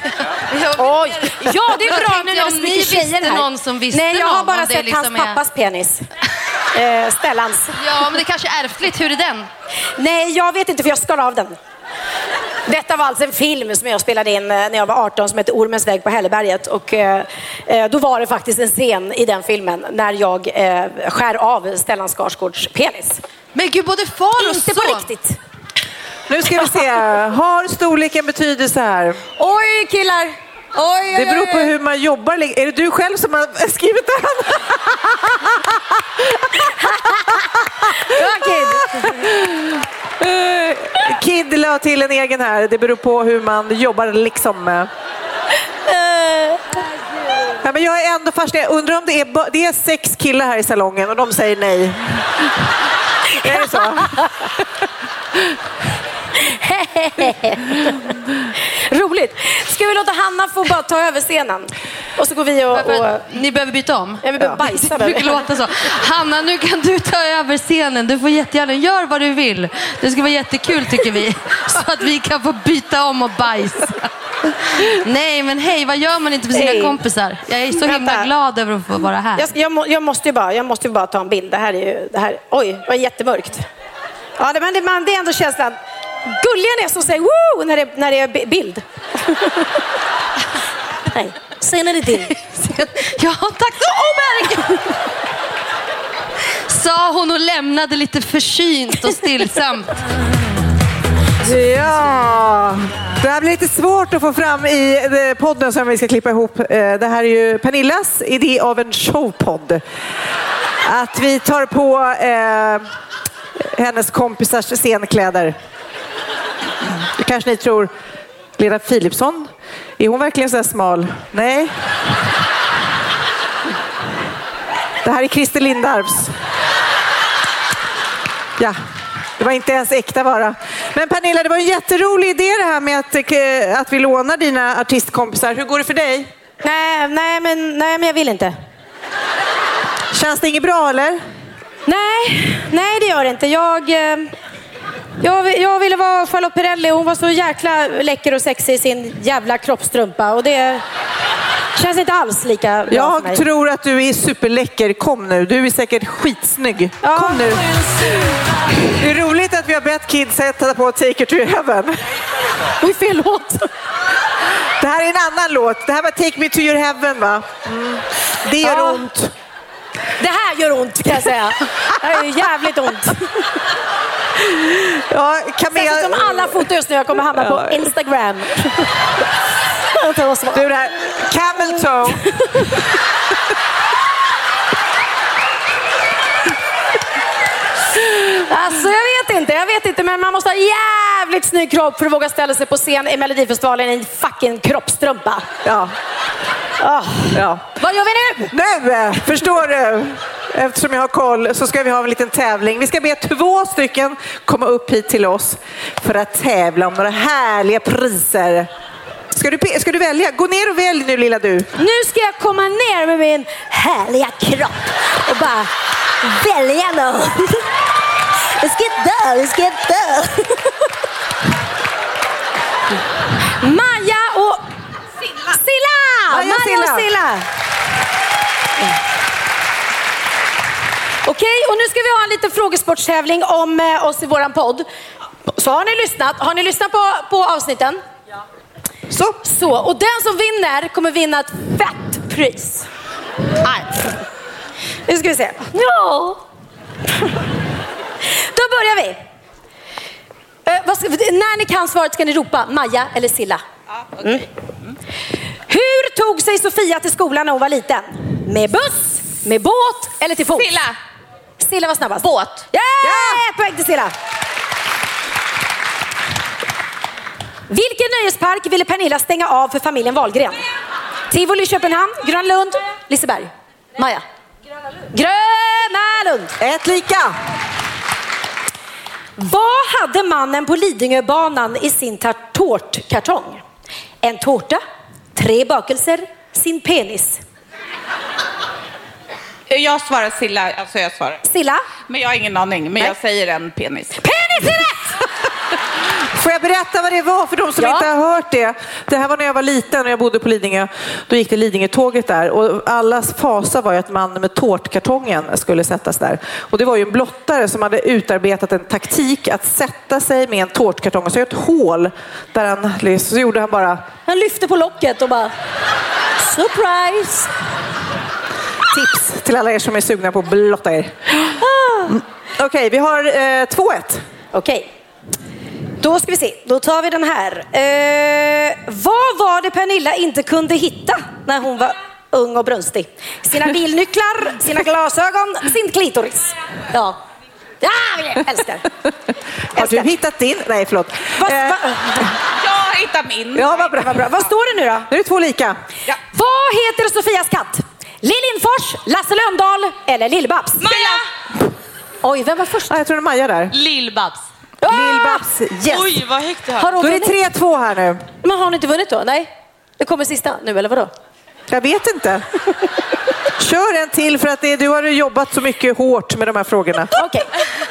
Oj. Ja, det är bra nu när om ni visste någon som visste. Nej, jag har bara någon, sett liksom hans pappas är... penis. Eh, Stellans. Ja, men det kanske är ärftligt. Hur är den? Nej, jag vet inte för jag skar av den. Detta var alltså en film som jag spelade in när jag var arton som hette Ormens väg på Hälleberget. Och eh, då var det faktiskt en scen i den filmen när jag eh, skär av Stellan Skarsgårds penis. Men gud, både far och inte så. på riktigt. Nu ska vi se. Har storleken betydelse här? Oj, killar. Oj, oj, det beror på hur man jobbar. Är det du själv som har skrivit den? Ja, Kid. Uh, Kid la till en egen här. Det beror på hur man jobbar liksom. Uh. Ja, men jag är ändå fascinerad. Undrar om det är, det är sex killar här i salongen och de säger nej. Är det så? Roligt. Ska vi låta Hanna få bara ta över scenen? Och så går vi och... och... Ni behöver byta om. Ja, vi behöver ja. bajsa. Det brukar låta så. Hanna, nu kan du ta över scenen. Du får jättegärna göra vad du vill. Det ska vara jättekul tycker vi. Så att vi kan få byta om och bajsa. Nej, men hej, vad gör man inte för sina hey. kompisar? Jag är så Vänta. himla glad över att få vara här. Jag, jag, må, jag, måste ju bara, jag måste ju bara ta en bild. Det här är ju... Det här, oj, det var jättemörkt. Ja, det, men det, man, det är ändå känslan. Gulliga är som säger woo när det, när det är bild. Nej, sen är det din. Ja, tack. Oh, oh, sa hon och lämnade lite försynt och stillsamt. Ja, det här blir lite svårt att få fram i podden som vi ska klippa ihop. Det här är ju Pernillas idé av en showpodd. Att vi tar på eh, hennes kompisars scenkläder. Det kanske ni tror, Lena Philipsson, är hon verkligen så här smal? Nej. Det här är Christer Lindarws. Ja, det var inte ens äkta vara. Men Pernilla, det var en jätterolig idé det här med att, att vi lånar dina artistkompisar. Hur går det för dig? Nej, nej, men, nej, men jag vill inte. Känns det inget bra eller? Nej, nej det gör det inte. Jag... Eh... Jag, jag ville vara Charlotte Perrelli. Hon var så jäkla läcker och sexig i sin jävla kroppstrumpa. Och det känns inte alls lika bra jag för mig. Jag tror att du är superläcker. Kom nu, du är säkert skitsnygg. Ja. Kom nu. Det är roligt att vi har bett Kids sätta på Take It To Heaven. Oj, fel låt. Det här är en annan låt. Det här var Take Me To Your Heaven, va? Mm. Det gör ja. ont. Det här gör ont, kan jag säga. Det här är jävligt ont. Ja, Camel... Som alla foton just nu jag kommer hamna på Instagram. Du där, Camel Toe. Alltså jag vet inte, jag vet inte, men man måste ha jävligt snygg kropp för att våga ställa sig på scen i Melodifestivalen i en fucking kroppstrumpa. Ja. Oh. Ja. Vad gör vi nu? Nu, förstår du? Eftersom jag har koll så ska vi ha en liten tävling. Vi ska be två stycken komma upp hit till oss för att tävla om några härliga priser. Ska du, ska du välja? Gå ner och välj nu, lilla du. Nu ska jag komma ner med min härliga kropp och bara välja någon. Jag ska dö, jag ska dö. Maja och Silla. Silla! Maja, Maja och Silla. Silla. Okej, och nu ska vi ha en liten frågesportstävling om eh, oss i våran podd. Så har ni lyssnat? Har ni lyssnat på, på avsnitten? Ja. Så. Så, och den som vinner kommer vinna ett fett pris. Nej. Nu ska vi se. Ja. Då börjar vi. Eh, vad ska, när ni kan svaret ska ni ropa Maja eller Silla. Ja, okay. Mm. Hur tog sig Sofia till skolan när hon var liten? Med buss, med båt eller till fot? Silla. Silla var snabbast. Båt. Yeah! Ja! Poäng till Silla. Vilken nöjespark ville Pernilla stänga av för familjen Wahlgren? Tivoli, Köpenhamn, Gröna Lund, Liseberg. Maja. Gröna Lund. Gröna Lund. Ett lika. Vad hade mannen på Lidingöbanan i sin tårtkartong? En tårta, tre bakelser, sin penis. Jag svarar Silla, alltså jag svarar. Silla? Men jag har ingen aning, men Nej. jag säger en penis. Penis är rätt! Får jag berätta vad det var för de som Ja. inte har hört det? Det här var när jag var liten och jag bodde på Lidingö. Då gick det Lidingö-tåget där och allas fasa var ju att man med tårtkartongen skulle sättas där. Och det var ju en blottare som hade utarbetat en taktik att sätta sig med en tårtkartong och så ett hål där han, så gjorde han bara... Han lyfte på locket och bara... Surprise! Tips till alla er som är sugna på att blotta er. Mm. Okej, okay, vi har eh, två ett. Okej. Okay. Då ska vi se. Då tar vi den här. Eh, vad var det Pernilla inte kunde hitta när hon var ung och brunstig? Sina bilnycklar, sina glasögon, sin klitoris. Ja. Ja, jag älskar. Har du hittat din? Nej, förlåt. Vad, eh. va? Jag hittar min. Ja, vad bra. Vad bra. Vad står det nu då? Nu är det två lika. Ja. Vad heter Sofias katt? Lill Lindfors, Lasse Lönndahl eller Lill-Babs? Maja! Oj, vem var först? Ah, jag tror det är Maja där. Lill-Babs. Ah! Lill-Babs, yes. Oj, vad högt det Har här. hon Då är det vunnit? tre två här nu. Men har hon inte vunnit då? Nej. Det kommer sista nu, eller vadå? Jag vet inte. Kör en till för att det, du har jobbat så mycket hårt med de här frågorna. Okej. Okay.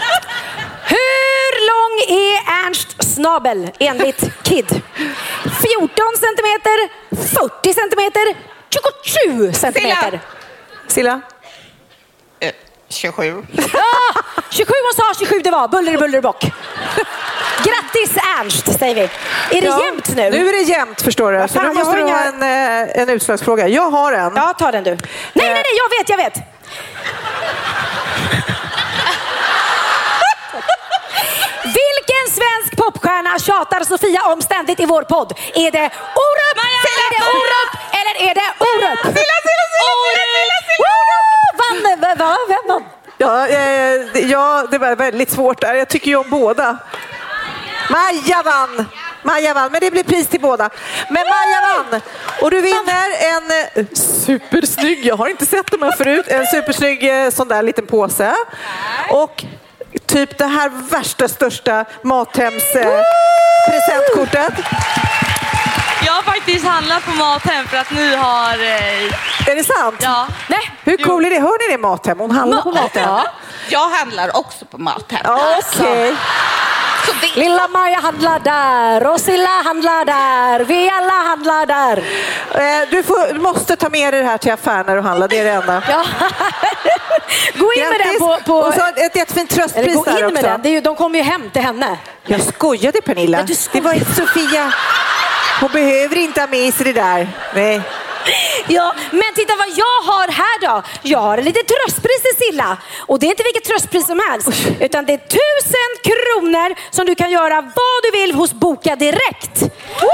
Hur lång är Ernst snabel enligt Kid? fjorton centimeter, fyrtio centimeter, tjugosju centimeter. Silla? Eh, tjugosju. Ja, tjugosju och sa tjugosju det var. Buller, buller, bock. Grattis Ernst, säger vi. Är det Ja, jämnt nu? Nu är det jämnt, förstår du. Vad Så fan, nu måste jag du har ha inga- en, eh, en utslagsfråga. Jag har en. Ja, ta den du. Nej, nej, nej, jag vet, jag vet. Vilken svensk popstjärna tjatar Sofia om ständigt i vår podd? Är det Orup? Är det Orup? Eller är det Orup? Silla, Silla, Silla, Silla, Silla. Vann, vem vann? Vem vann? Ja, eh, ja, det var väldigt svårt där. Jag tycker ju om båda. Maja vann. Maja vann, men det blir pris till båda. Men Maja vann. Och du vinner en eh, supersnygg, jag har inte sett dem här förut, en supersnygg eh, sån där liten påse. Och typ det här värsta, största Mathems eh, presentkortet. Jag har faktiskt handlat på Mathem för att nu har... Eh... Är det sant? Ja. Nej. Hur cool är det? Hör ni det, Mathem? Hon handlar Ma- på Mathem. Ja. Jag handlar också på Mathem. Okej. Så det... Lilla Maja handlar där och Silla handlar där. Vi alla handlar där. Eh, du, får, du måste ta med dig det här till affären när du handlar. Det är det enda. Ja. Gå in med den på... på... Och så ett jättefint Eller tröstpris gå där in också. med den. Det är ju, de kommer ju hem till henne. Jag skojade, Pernilla. Ja, du skojade. Det var inte Sofia. Hon behöver inte ha med sig det där. Nej. Ja, men titta vad jag har här då. Jag har en liten tröstpris till Silla. Och det är inte vilket tröstpris som helst. Utan det är tusen kronor som du kan göra vad du vill hos Boka Direkt.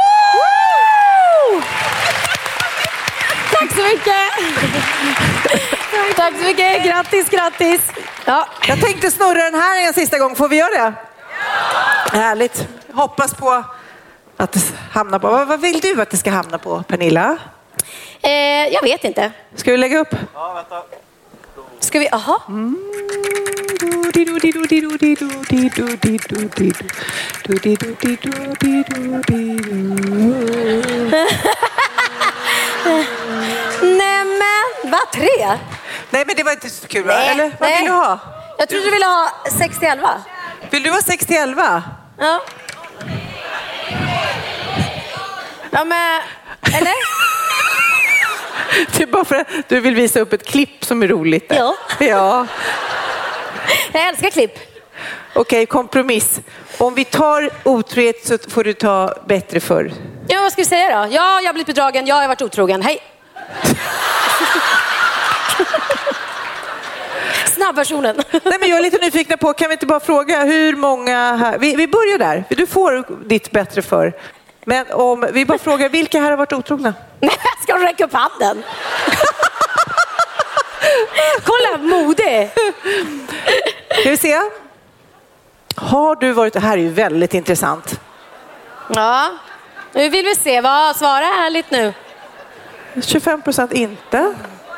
Woo! Tack så mycket. Tack så mycket. Grattis, grattis. Ja. Jag tänkte snurra den här en sista gång. Får vi göra det? Ja. Härligt. Hoppas på att det hamnar på. Vad vill du att det ska hamna på, Pernilla? Eh, jag vet inte. Ska vi lägga upp? Ja, vänta. Ska vi? Aha. Mm. Nej men, vad tre? Nej men det var inte så kul va? Nej, Eller vad nej. vill du ha? Jag trodde du ville ha sex till elva. Vill du ha sex till elva? Ja. Ja men, eller? Det är bara för att du vill visa upp ett klipp som är roligt. Ja. Ja. Jag älskar klipp. Okej, kompromiss. Om vi tar otrohet så får du ta bättre förr. Ja, vad ska vi säga då? Ja, jag har blivit bedragen. Ja, jag har varit otrogen. Hej. Snabbversionen. Nej, men jag är lite nyfiken på, kan vi inte bara fråga hur många här... Vi, vi börjar där. Du får ditt bättre förr. Men om vi bara frågar, vilka här har varit otrogna? Nej, ska du räcka upp handen? Kolla, modig. Ska vi se? Har du varit... Det här är ju väldigt intressant. Ja, nu vill vi se. Vad svarar ärligt nu? tjugofem procent inte.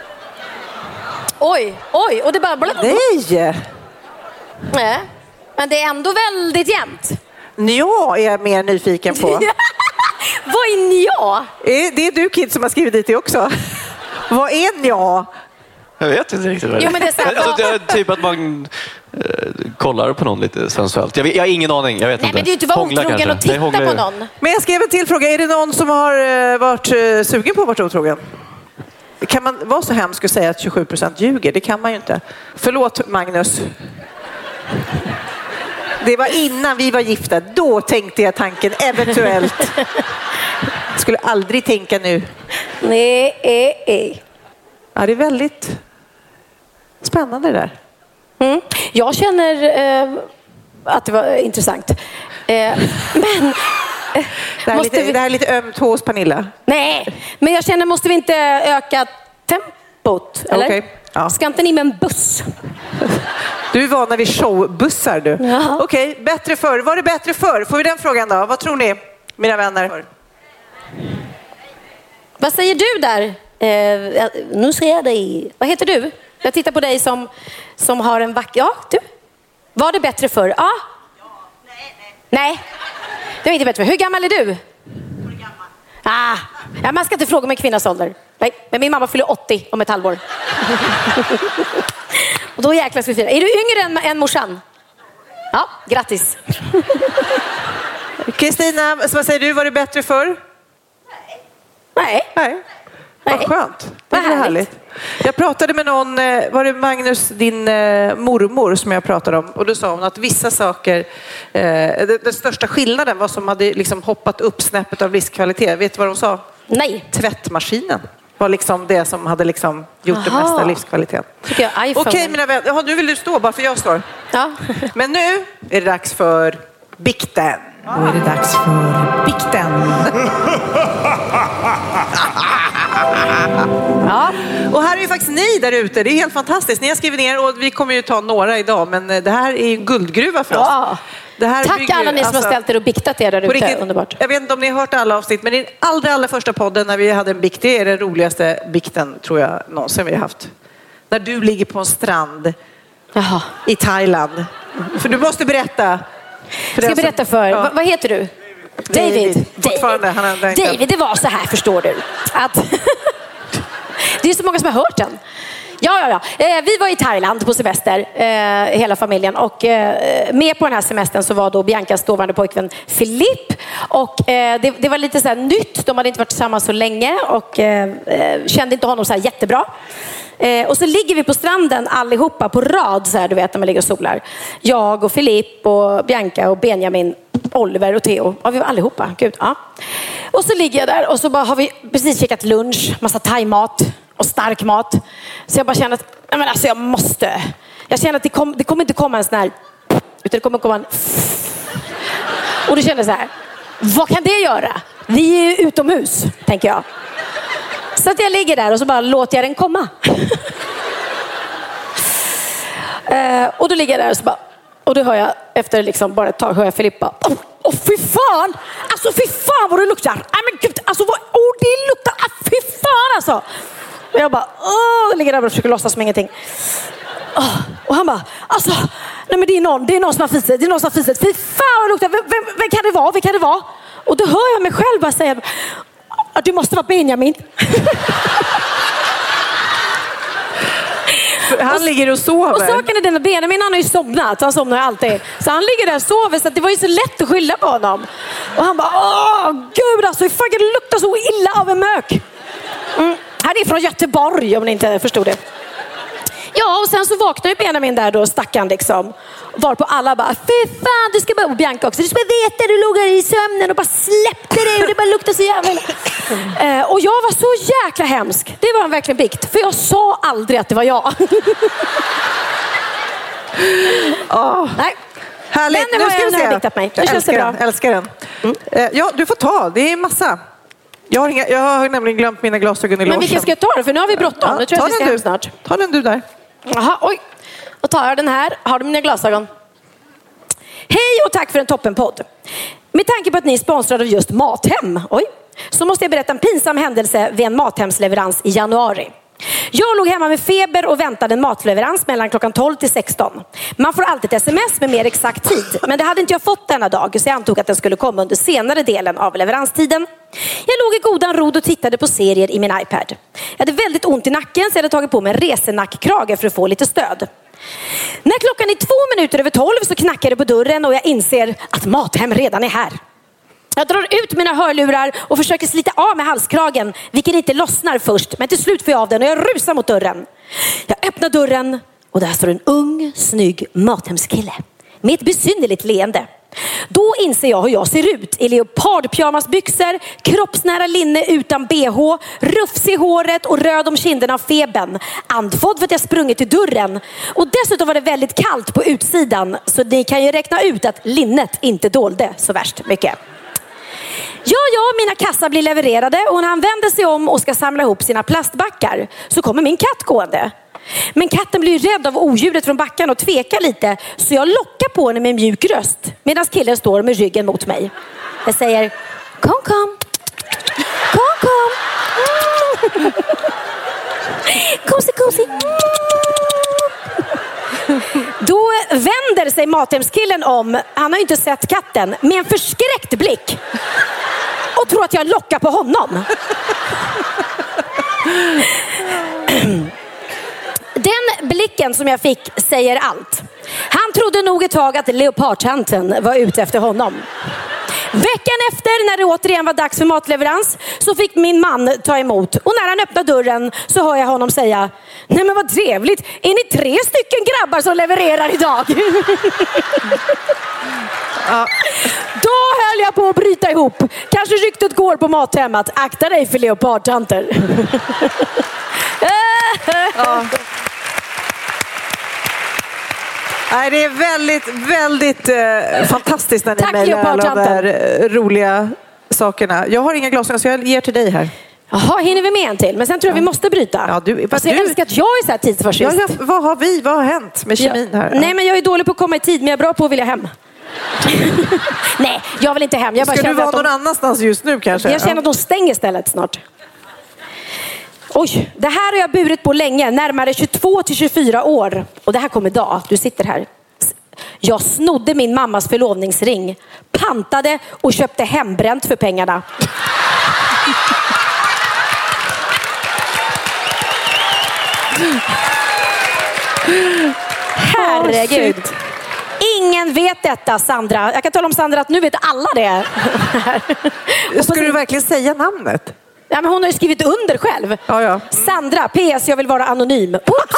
Oj, oj. Och det bara... Nej! Nej. Men det är ändå väldigt jämnt. Ja, är jag mer nyfiken på. Vad är nja? Det är du, Kid, som har skrivit dit det också. Vad är nja? Jag vet inte riktigt vad det är. Jo, men det är så här, alltså, det är typ att man eh, kollar på någon lite sensuellt. Jag, vet, jag har ingen aning, jag vet Nej, inte. men det är ju inte vara Hångla otrogen kanske. och titta Nej, hångla på ju. någon. Men jag skrev en till fråga. Är det någon som har eh, varit eh, sugen på att vara otrogen? Kan man vara så hemsk och säga att tjugosju procent ljuger? Det kan man ju inte. Förlåt, Magnus. Det var innan vi var gifta. Då tänkte jag tanken eventuellt. Jag skulle aldrig tänka nu. Nej, nej, nej. Ja, det är väldigt spännande det där. Mm. Jag känner eh, att det var intressant. Eh, men... Eh, det, här måste lite, vi... det här är lite ömt hos Pernilla. Nej, men jag känner, måste vi inte öka tempot? Eller? Okay. Ja. Ska inte ni med en buss? Du är vana vid showbussar du. Ja. Okej, okay, bättre förr. Var det bättre förr? Får vi den frågan då? Vad tror ni, mina vänner? Vad säger du där? Eh, nu ser jag dig. Vad heter du? Jag tittar på dig som, som har en vacker... Ja, du. Var det bättre förr? Ja. Nej, nej. Nej, det var inte bättre förr. Hur gammal är du? Ah, ja, man ska inte fråga om en kvinnas ålder. Nej, men min mamma fyller åttio om ett halvår. Och då jäklar ska vi fira. Är du yngre än, än morsan? Ja, grattis. Kristina, vad säger du? Var det bättre förr? Nej. Nej. Vad skönt. Det var härligt. härligt. Jag pratade med någon, var det Magnus, din mormor som jag pratade om. Och då sa hon att vissa saker, den största skillnaden var som hade liksom hoppat upp snäppet av livskvalitet. Vet du vad de sa? Nej. Tvättmaskinen var liksom det som hade liksom gjort Aha. det mesta livskvaliteten. Okej, okay, mina vänner. Ja, nu vill du stå bara för jag står. Ja. Men nu är det dags för bikten. Då är det dags för bikten. Ja. Och här är ju faktiskt ni där ute. Det är helt fantastiskt. Ni har skrivit ner och vi kommer ju ta några idag. Men det här är ju en guldgruva för oss. Ja. Det här Tack bygger, alla ni som alltså, har ställt er och biktat er där ute. riktigt, underbart. Jag vet inte om ni har hört alla avsnitt, men i den allra, allra första podden när vi hade en bikt, det är den roligaste bikten tror jag någonsin vi har haft. När du ligger på en strand Jaha. i Thailand. För du måste berätta. För Ska jag berätta för, ja. Va, vad heter du? David. David. Fortfarande, han är där inte. David, det var så här förstår du. Att det är så många som har hört den. Ja, ja, ja. Eh, vi var i Thailand på semester, eh, hela familjen. Och eh, med på den här semestern så var då Biancas dåvarande pojkvän Filip. Och eh, det, det var lite så här nytt. De hade inte varit tillsammans så länge och eh, kände inte honom så här jättebra. Eh, och så ligger vi på stranden allihopa på rad så här, du vet när man ligger och solar. Jag och Filip och Bianca och Benjamin, Oliver och Theo. Ja, vi var allihopa. Gud, ja. Och så ligger jag där och så bara har vi precis käkat lunch, massa thaimat och stark mat. Så jag bara känner att nej, men alltså jag måste. Jag känner att det, kom, det kommer inte komma en sån här, utan det kommer komma en. Och då känner jag så här, vad kan det göra? Vi är utomhus, tänker jag. Så att jag ligger där och så bara låter jag den komma. uh, och då ligger jag där och så bara, och då hör jag efter liksom bara ett tag hör jag Filippa. Åh oh, fy fan! Alltså fy fan vad det luktar! Nej men gud, alltså vad, oh, det luktar, ah, fy fan alltså! Och jag bara, åh, ligger där och försöker låtsas som ingenting. Oh, och han bara, alltså, nej men det är någon, det är någon som har fisit, det är någon som har fisit. Fy fan vad det luktar, vem, vem, vem kan det vara, vem kan det vara? Och då hör jag mig själv bara säga, du måste vara Benjamin. Han och, ligger och sover. Och saken är den att Benjamin, han har ju somnat. Han somnar ju alltid. Så han ligger där och sover, så det var ju så lätt att skylla på honom. Och han bara, åh gud alltså, hur fan kan det lukta så illa av en mök? Mm. Han är från Göteborg, om ni inte förstod det. Ja, och sen så vaknar ju Benjamin där då, stackan liksom. Var på alla bara, fy fan, du ska bara, och Bianca också, du ska veta, du låg där i sömnen och bara släppte dig och det bara luktar så jävla. eh, Och jag var så jäkla hemsk. Det var en verkligen bikt, för jag sa aldrig att det var jag. oh. Nej. Härligt, men nu ska vi se. Jag diktat mig. Jag älskar den, älskar den. Mm. Eh, ja, du får ta, det är massa. Jag har, inga, jag har nämligen glömt mina glasögon i logen. Men vilka ska jag ta då? För nu har vi bråttom. Ja, nu tror jag vi ska hem snart. Ta den du där. Jaha, oj. Då tar jag den här. Har du mina glasögon? Hej och tack för en toppenpodd. Med tanke på att ni är sponsrade av just Mathem, oj, så måste jag berätta en pinsam händelse vid en Mathemsleverans i januari. Jag låg hemma med feber och väntade en matleverans mellan klockan tolv till sexton. Man får alltid ett sms med mer exakt tid, men det hade inte jag fått denna dag, så jag antog att den skulle komma under senare delen av leveranstiden. Jag låg i godan rod och tittade på serier i min iPad. Jag hade väldigt ont i nacken, så jag hade tagit på mig en resenackkrage för att få lite stöd. När klockan är två minuter över tolv så knackar det på dörren och jag inser att Mathem redan är här. Jag drar ut mina hörlurar och försöker slita av med halskragen, vilket inte lossnar först. Men till slut får jag av den och jag rusar mot dörren. Jag öppnar dörren och där står en ung, snygg Mathemskille med ett besynnerligt leende. Då inser jag hur jag ser ut i leopardpyjamasbyxor, kroppsnära linne utan B H, rufs i håret och röd om kinderna av febern. Andfådd för att jag sprungit till dörren. Och dessutom var det väldigt kallt på utsidan, så ni kan ju räkna ut att linnet inte dolde så värst mycket. Ja, ja, mina kassar blir levererade och när han vänder sig om och ska samla ihop sina plastbackar så kommer min katt gående. Men katten blir rädd av oljudet från backarna och tvekar lite, så jag lockar på henne med en mjuk röst medan killen står med ryggen mot mig. Jag säger, kom, kom. Kom, kom. Kosi, kosi. Då vänder sig Mathemskillen om, han har ju inte sett katten, med en förskräckt blick. Och tror att jag lockar på honom. Den blicken som jag fick säger allt. Han trodde nog ett tag att leopardtanten var ute efter honom. Veckan efter, när det återigen var dags för matleverans, så fick min man ta emot. Och när han öppnar dörren så hör jag honom säga, nej men vad trevligt, är ni tre stycken grabbar som levererar idag? Ja. Då höll jag på att bryta ihop. Kanske ryktet går på Mathem att akta dig för leopardtanter. Ja. Nej, det är väldigt, väldigt eh, fantastiskt när ni Tack, mejlar alla de där eh, roliga sakerna. Jag har inga glasögon så jag ger till dig här. Jaha, hinner vi med en till? Men sen tror jag vi måste bryta. Ja, du, alltså, jag du... älskar att jag är så här tidsfascist. Ja, ja, vad har vi? Vad har hänt med kemin här? Ja. Nej, men jag är dålig på att komma i tid, men jag är bra på att vilja hem. Nej, jag vill inte hem. Jag bara Ska du vara att de... någon annanstans just nu kanske? Jag känner att de stänger stället snart. Oj, det här har jag burit på länge, närmare tjugotvå till tjugofyra år. Och det här kommer idag, du sitter här. Jag snodde min mammas förlovningsring, pantade och köpte hembränt för pengarna. Herregud. Oh, ingen vet detta, Sandra. Jag kan tala om Sandra att nu vet alla det. Ska du verkligen säga namnet? Ja, men hon har ju skrivit under själv. Ja, ja. Sandra, P S, jag vill vara anonym. Oops.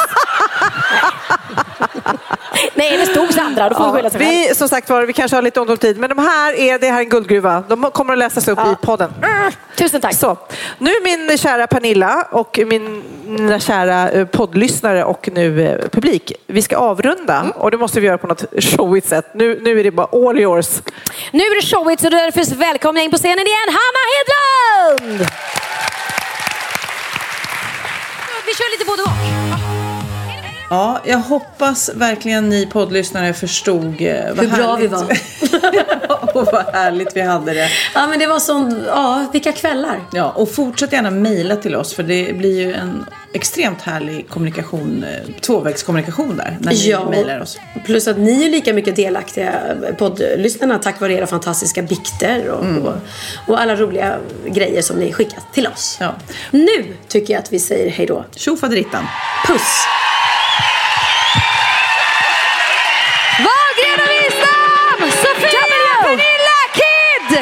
Nej, det stod Sandra. Då får ja, vi, vi som sagt var, vi kanske har lite ont om tid. Men de här är, det här är en guldgruva. De kommer att läsas upp ja. i podden. Mm, tusen tack. Så, nu min kära Pernilla och min, mina kära poddlyssnare och nu publik. Vi ska avrunda mm. och det måste vi göra på något showigt sätt. Nu, nu är det bara all yours. Nu är det showigt, så därför välkomna in på scenen igen, Hanna Hedlund! Vi kör lite både och. Ja, jag hoppas verkligen ni poddlyssnare förstod eh, vad hur bra vi var. Och vad härligt vi hade det. Ja, men det var sån, ja, vilka kvällar. Ja, och fortsätt gärna mejla till oss, för det blir ju en extremt härlig kommunikation, tvåvägskommunikation där, när ni ja, mejlar oss. Plus att ni är lika mycket delaktiga poddlyssnarna tack vare era fantastiska bikter och, mm. och, och alla roliga grejer som ni skickat till oss. Ja. Nu tycker jag att vi säger hej då. Tjofaderittan. Puss! Wahlgren och Wistam! Sofia, Pernilla, Kid!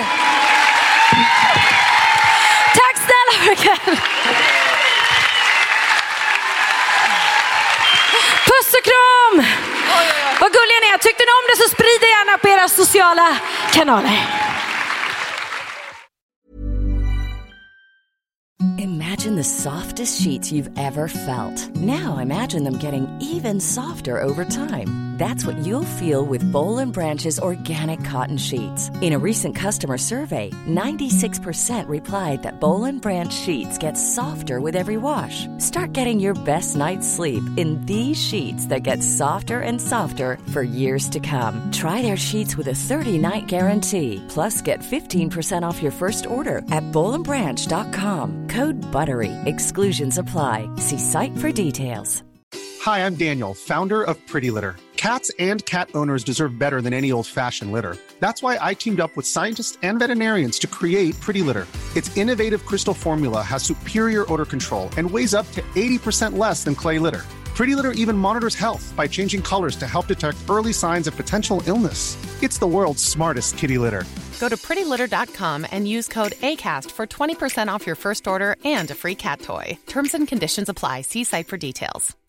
Tack snälla för ikväll! Puss och kram! Vad gulliga ni är. Tyckte ni om det så sprid det gärna på era sociala kanaler. Imagine the softest sheets you've ever felt. Now imagine them getting even softer over time. That's what you'll feel with Boll and Branch's organic cotton sheets. In a recent customer survey, ninety-six percent replied that Boll and Branch sheets get softer with every wash. Start getting your best night's sleep in these sheets that get softer and softer for years to come. Try their sheets with a thirty-night guarantee. Plus, get fifteen percent off your first order at boll and branch dot com. Code BUTTERY. Exclusions apply. See site for details. Hi, I'm Daniel, founder of Pretty Litter. Cats and cat owners deserve better than any old-fashioned litter. That's why I teamed up with scientists and veterinarians to create Pretty Litter. Its innovative crystal formula has superior odor control and weighs up to eighty percent less than clay litter. Pretty Litter even monitors health by changing colors to help detect early signs of potential illness. It's the world's smartest kitty litter. Go to pretty litter dot com and use code ACAST for twenty percent off your first order and a free cat toy. Terms and conditions apply. See site for details.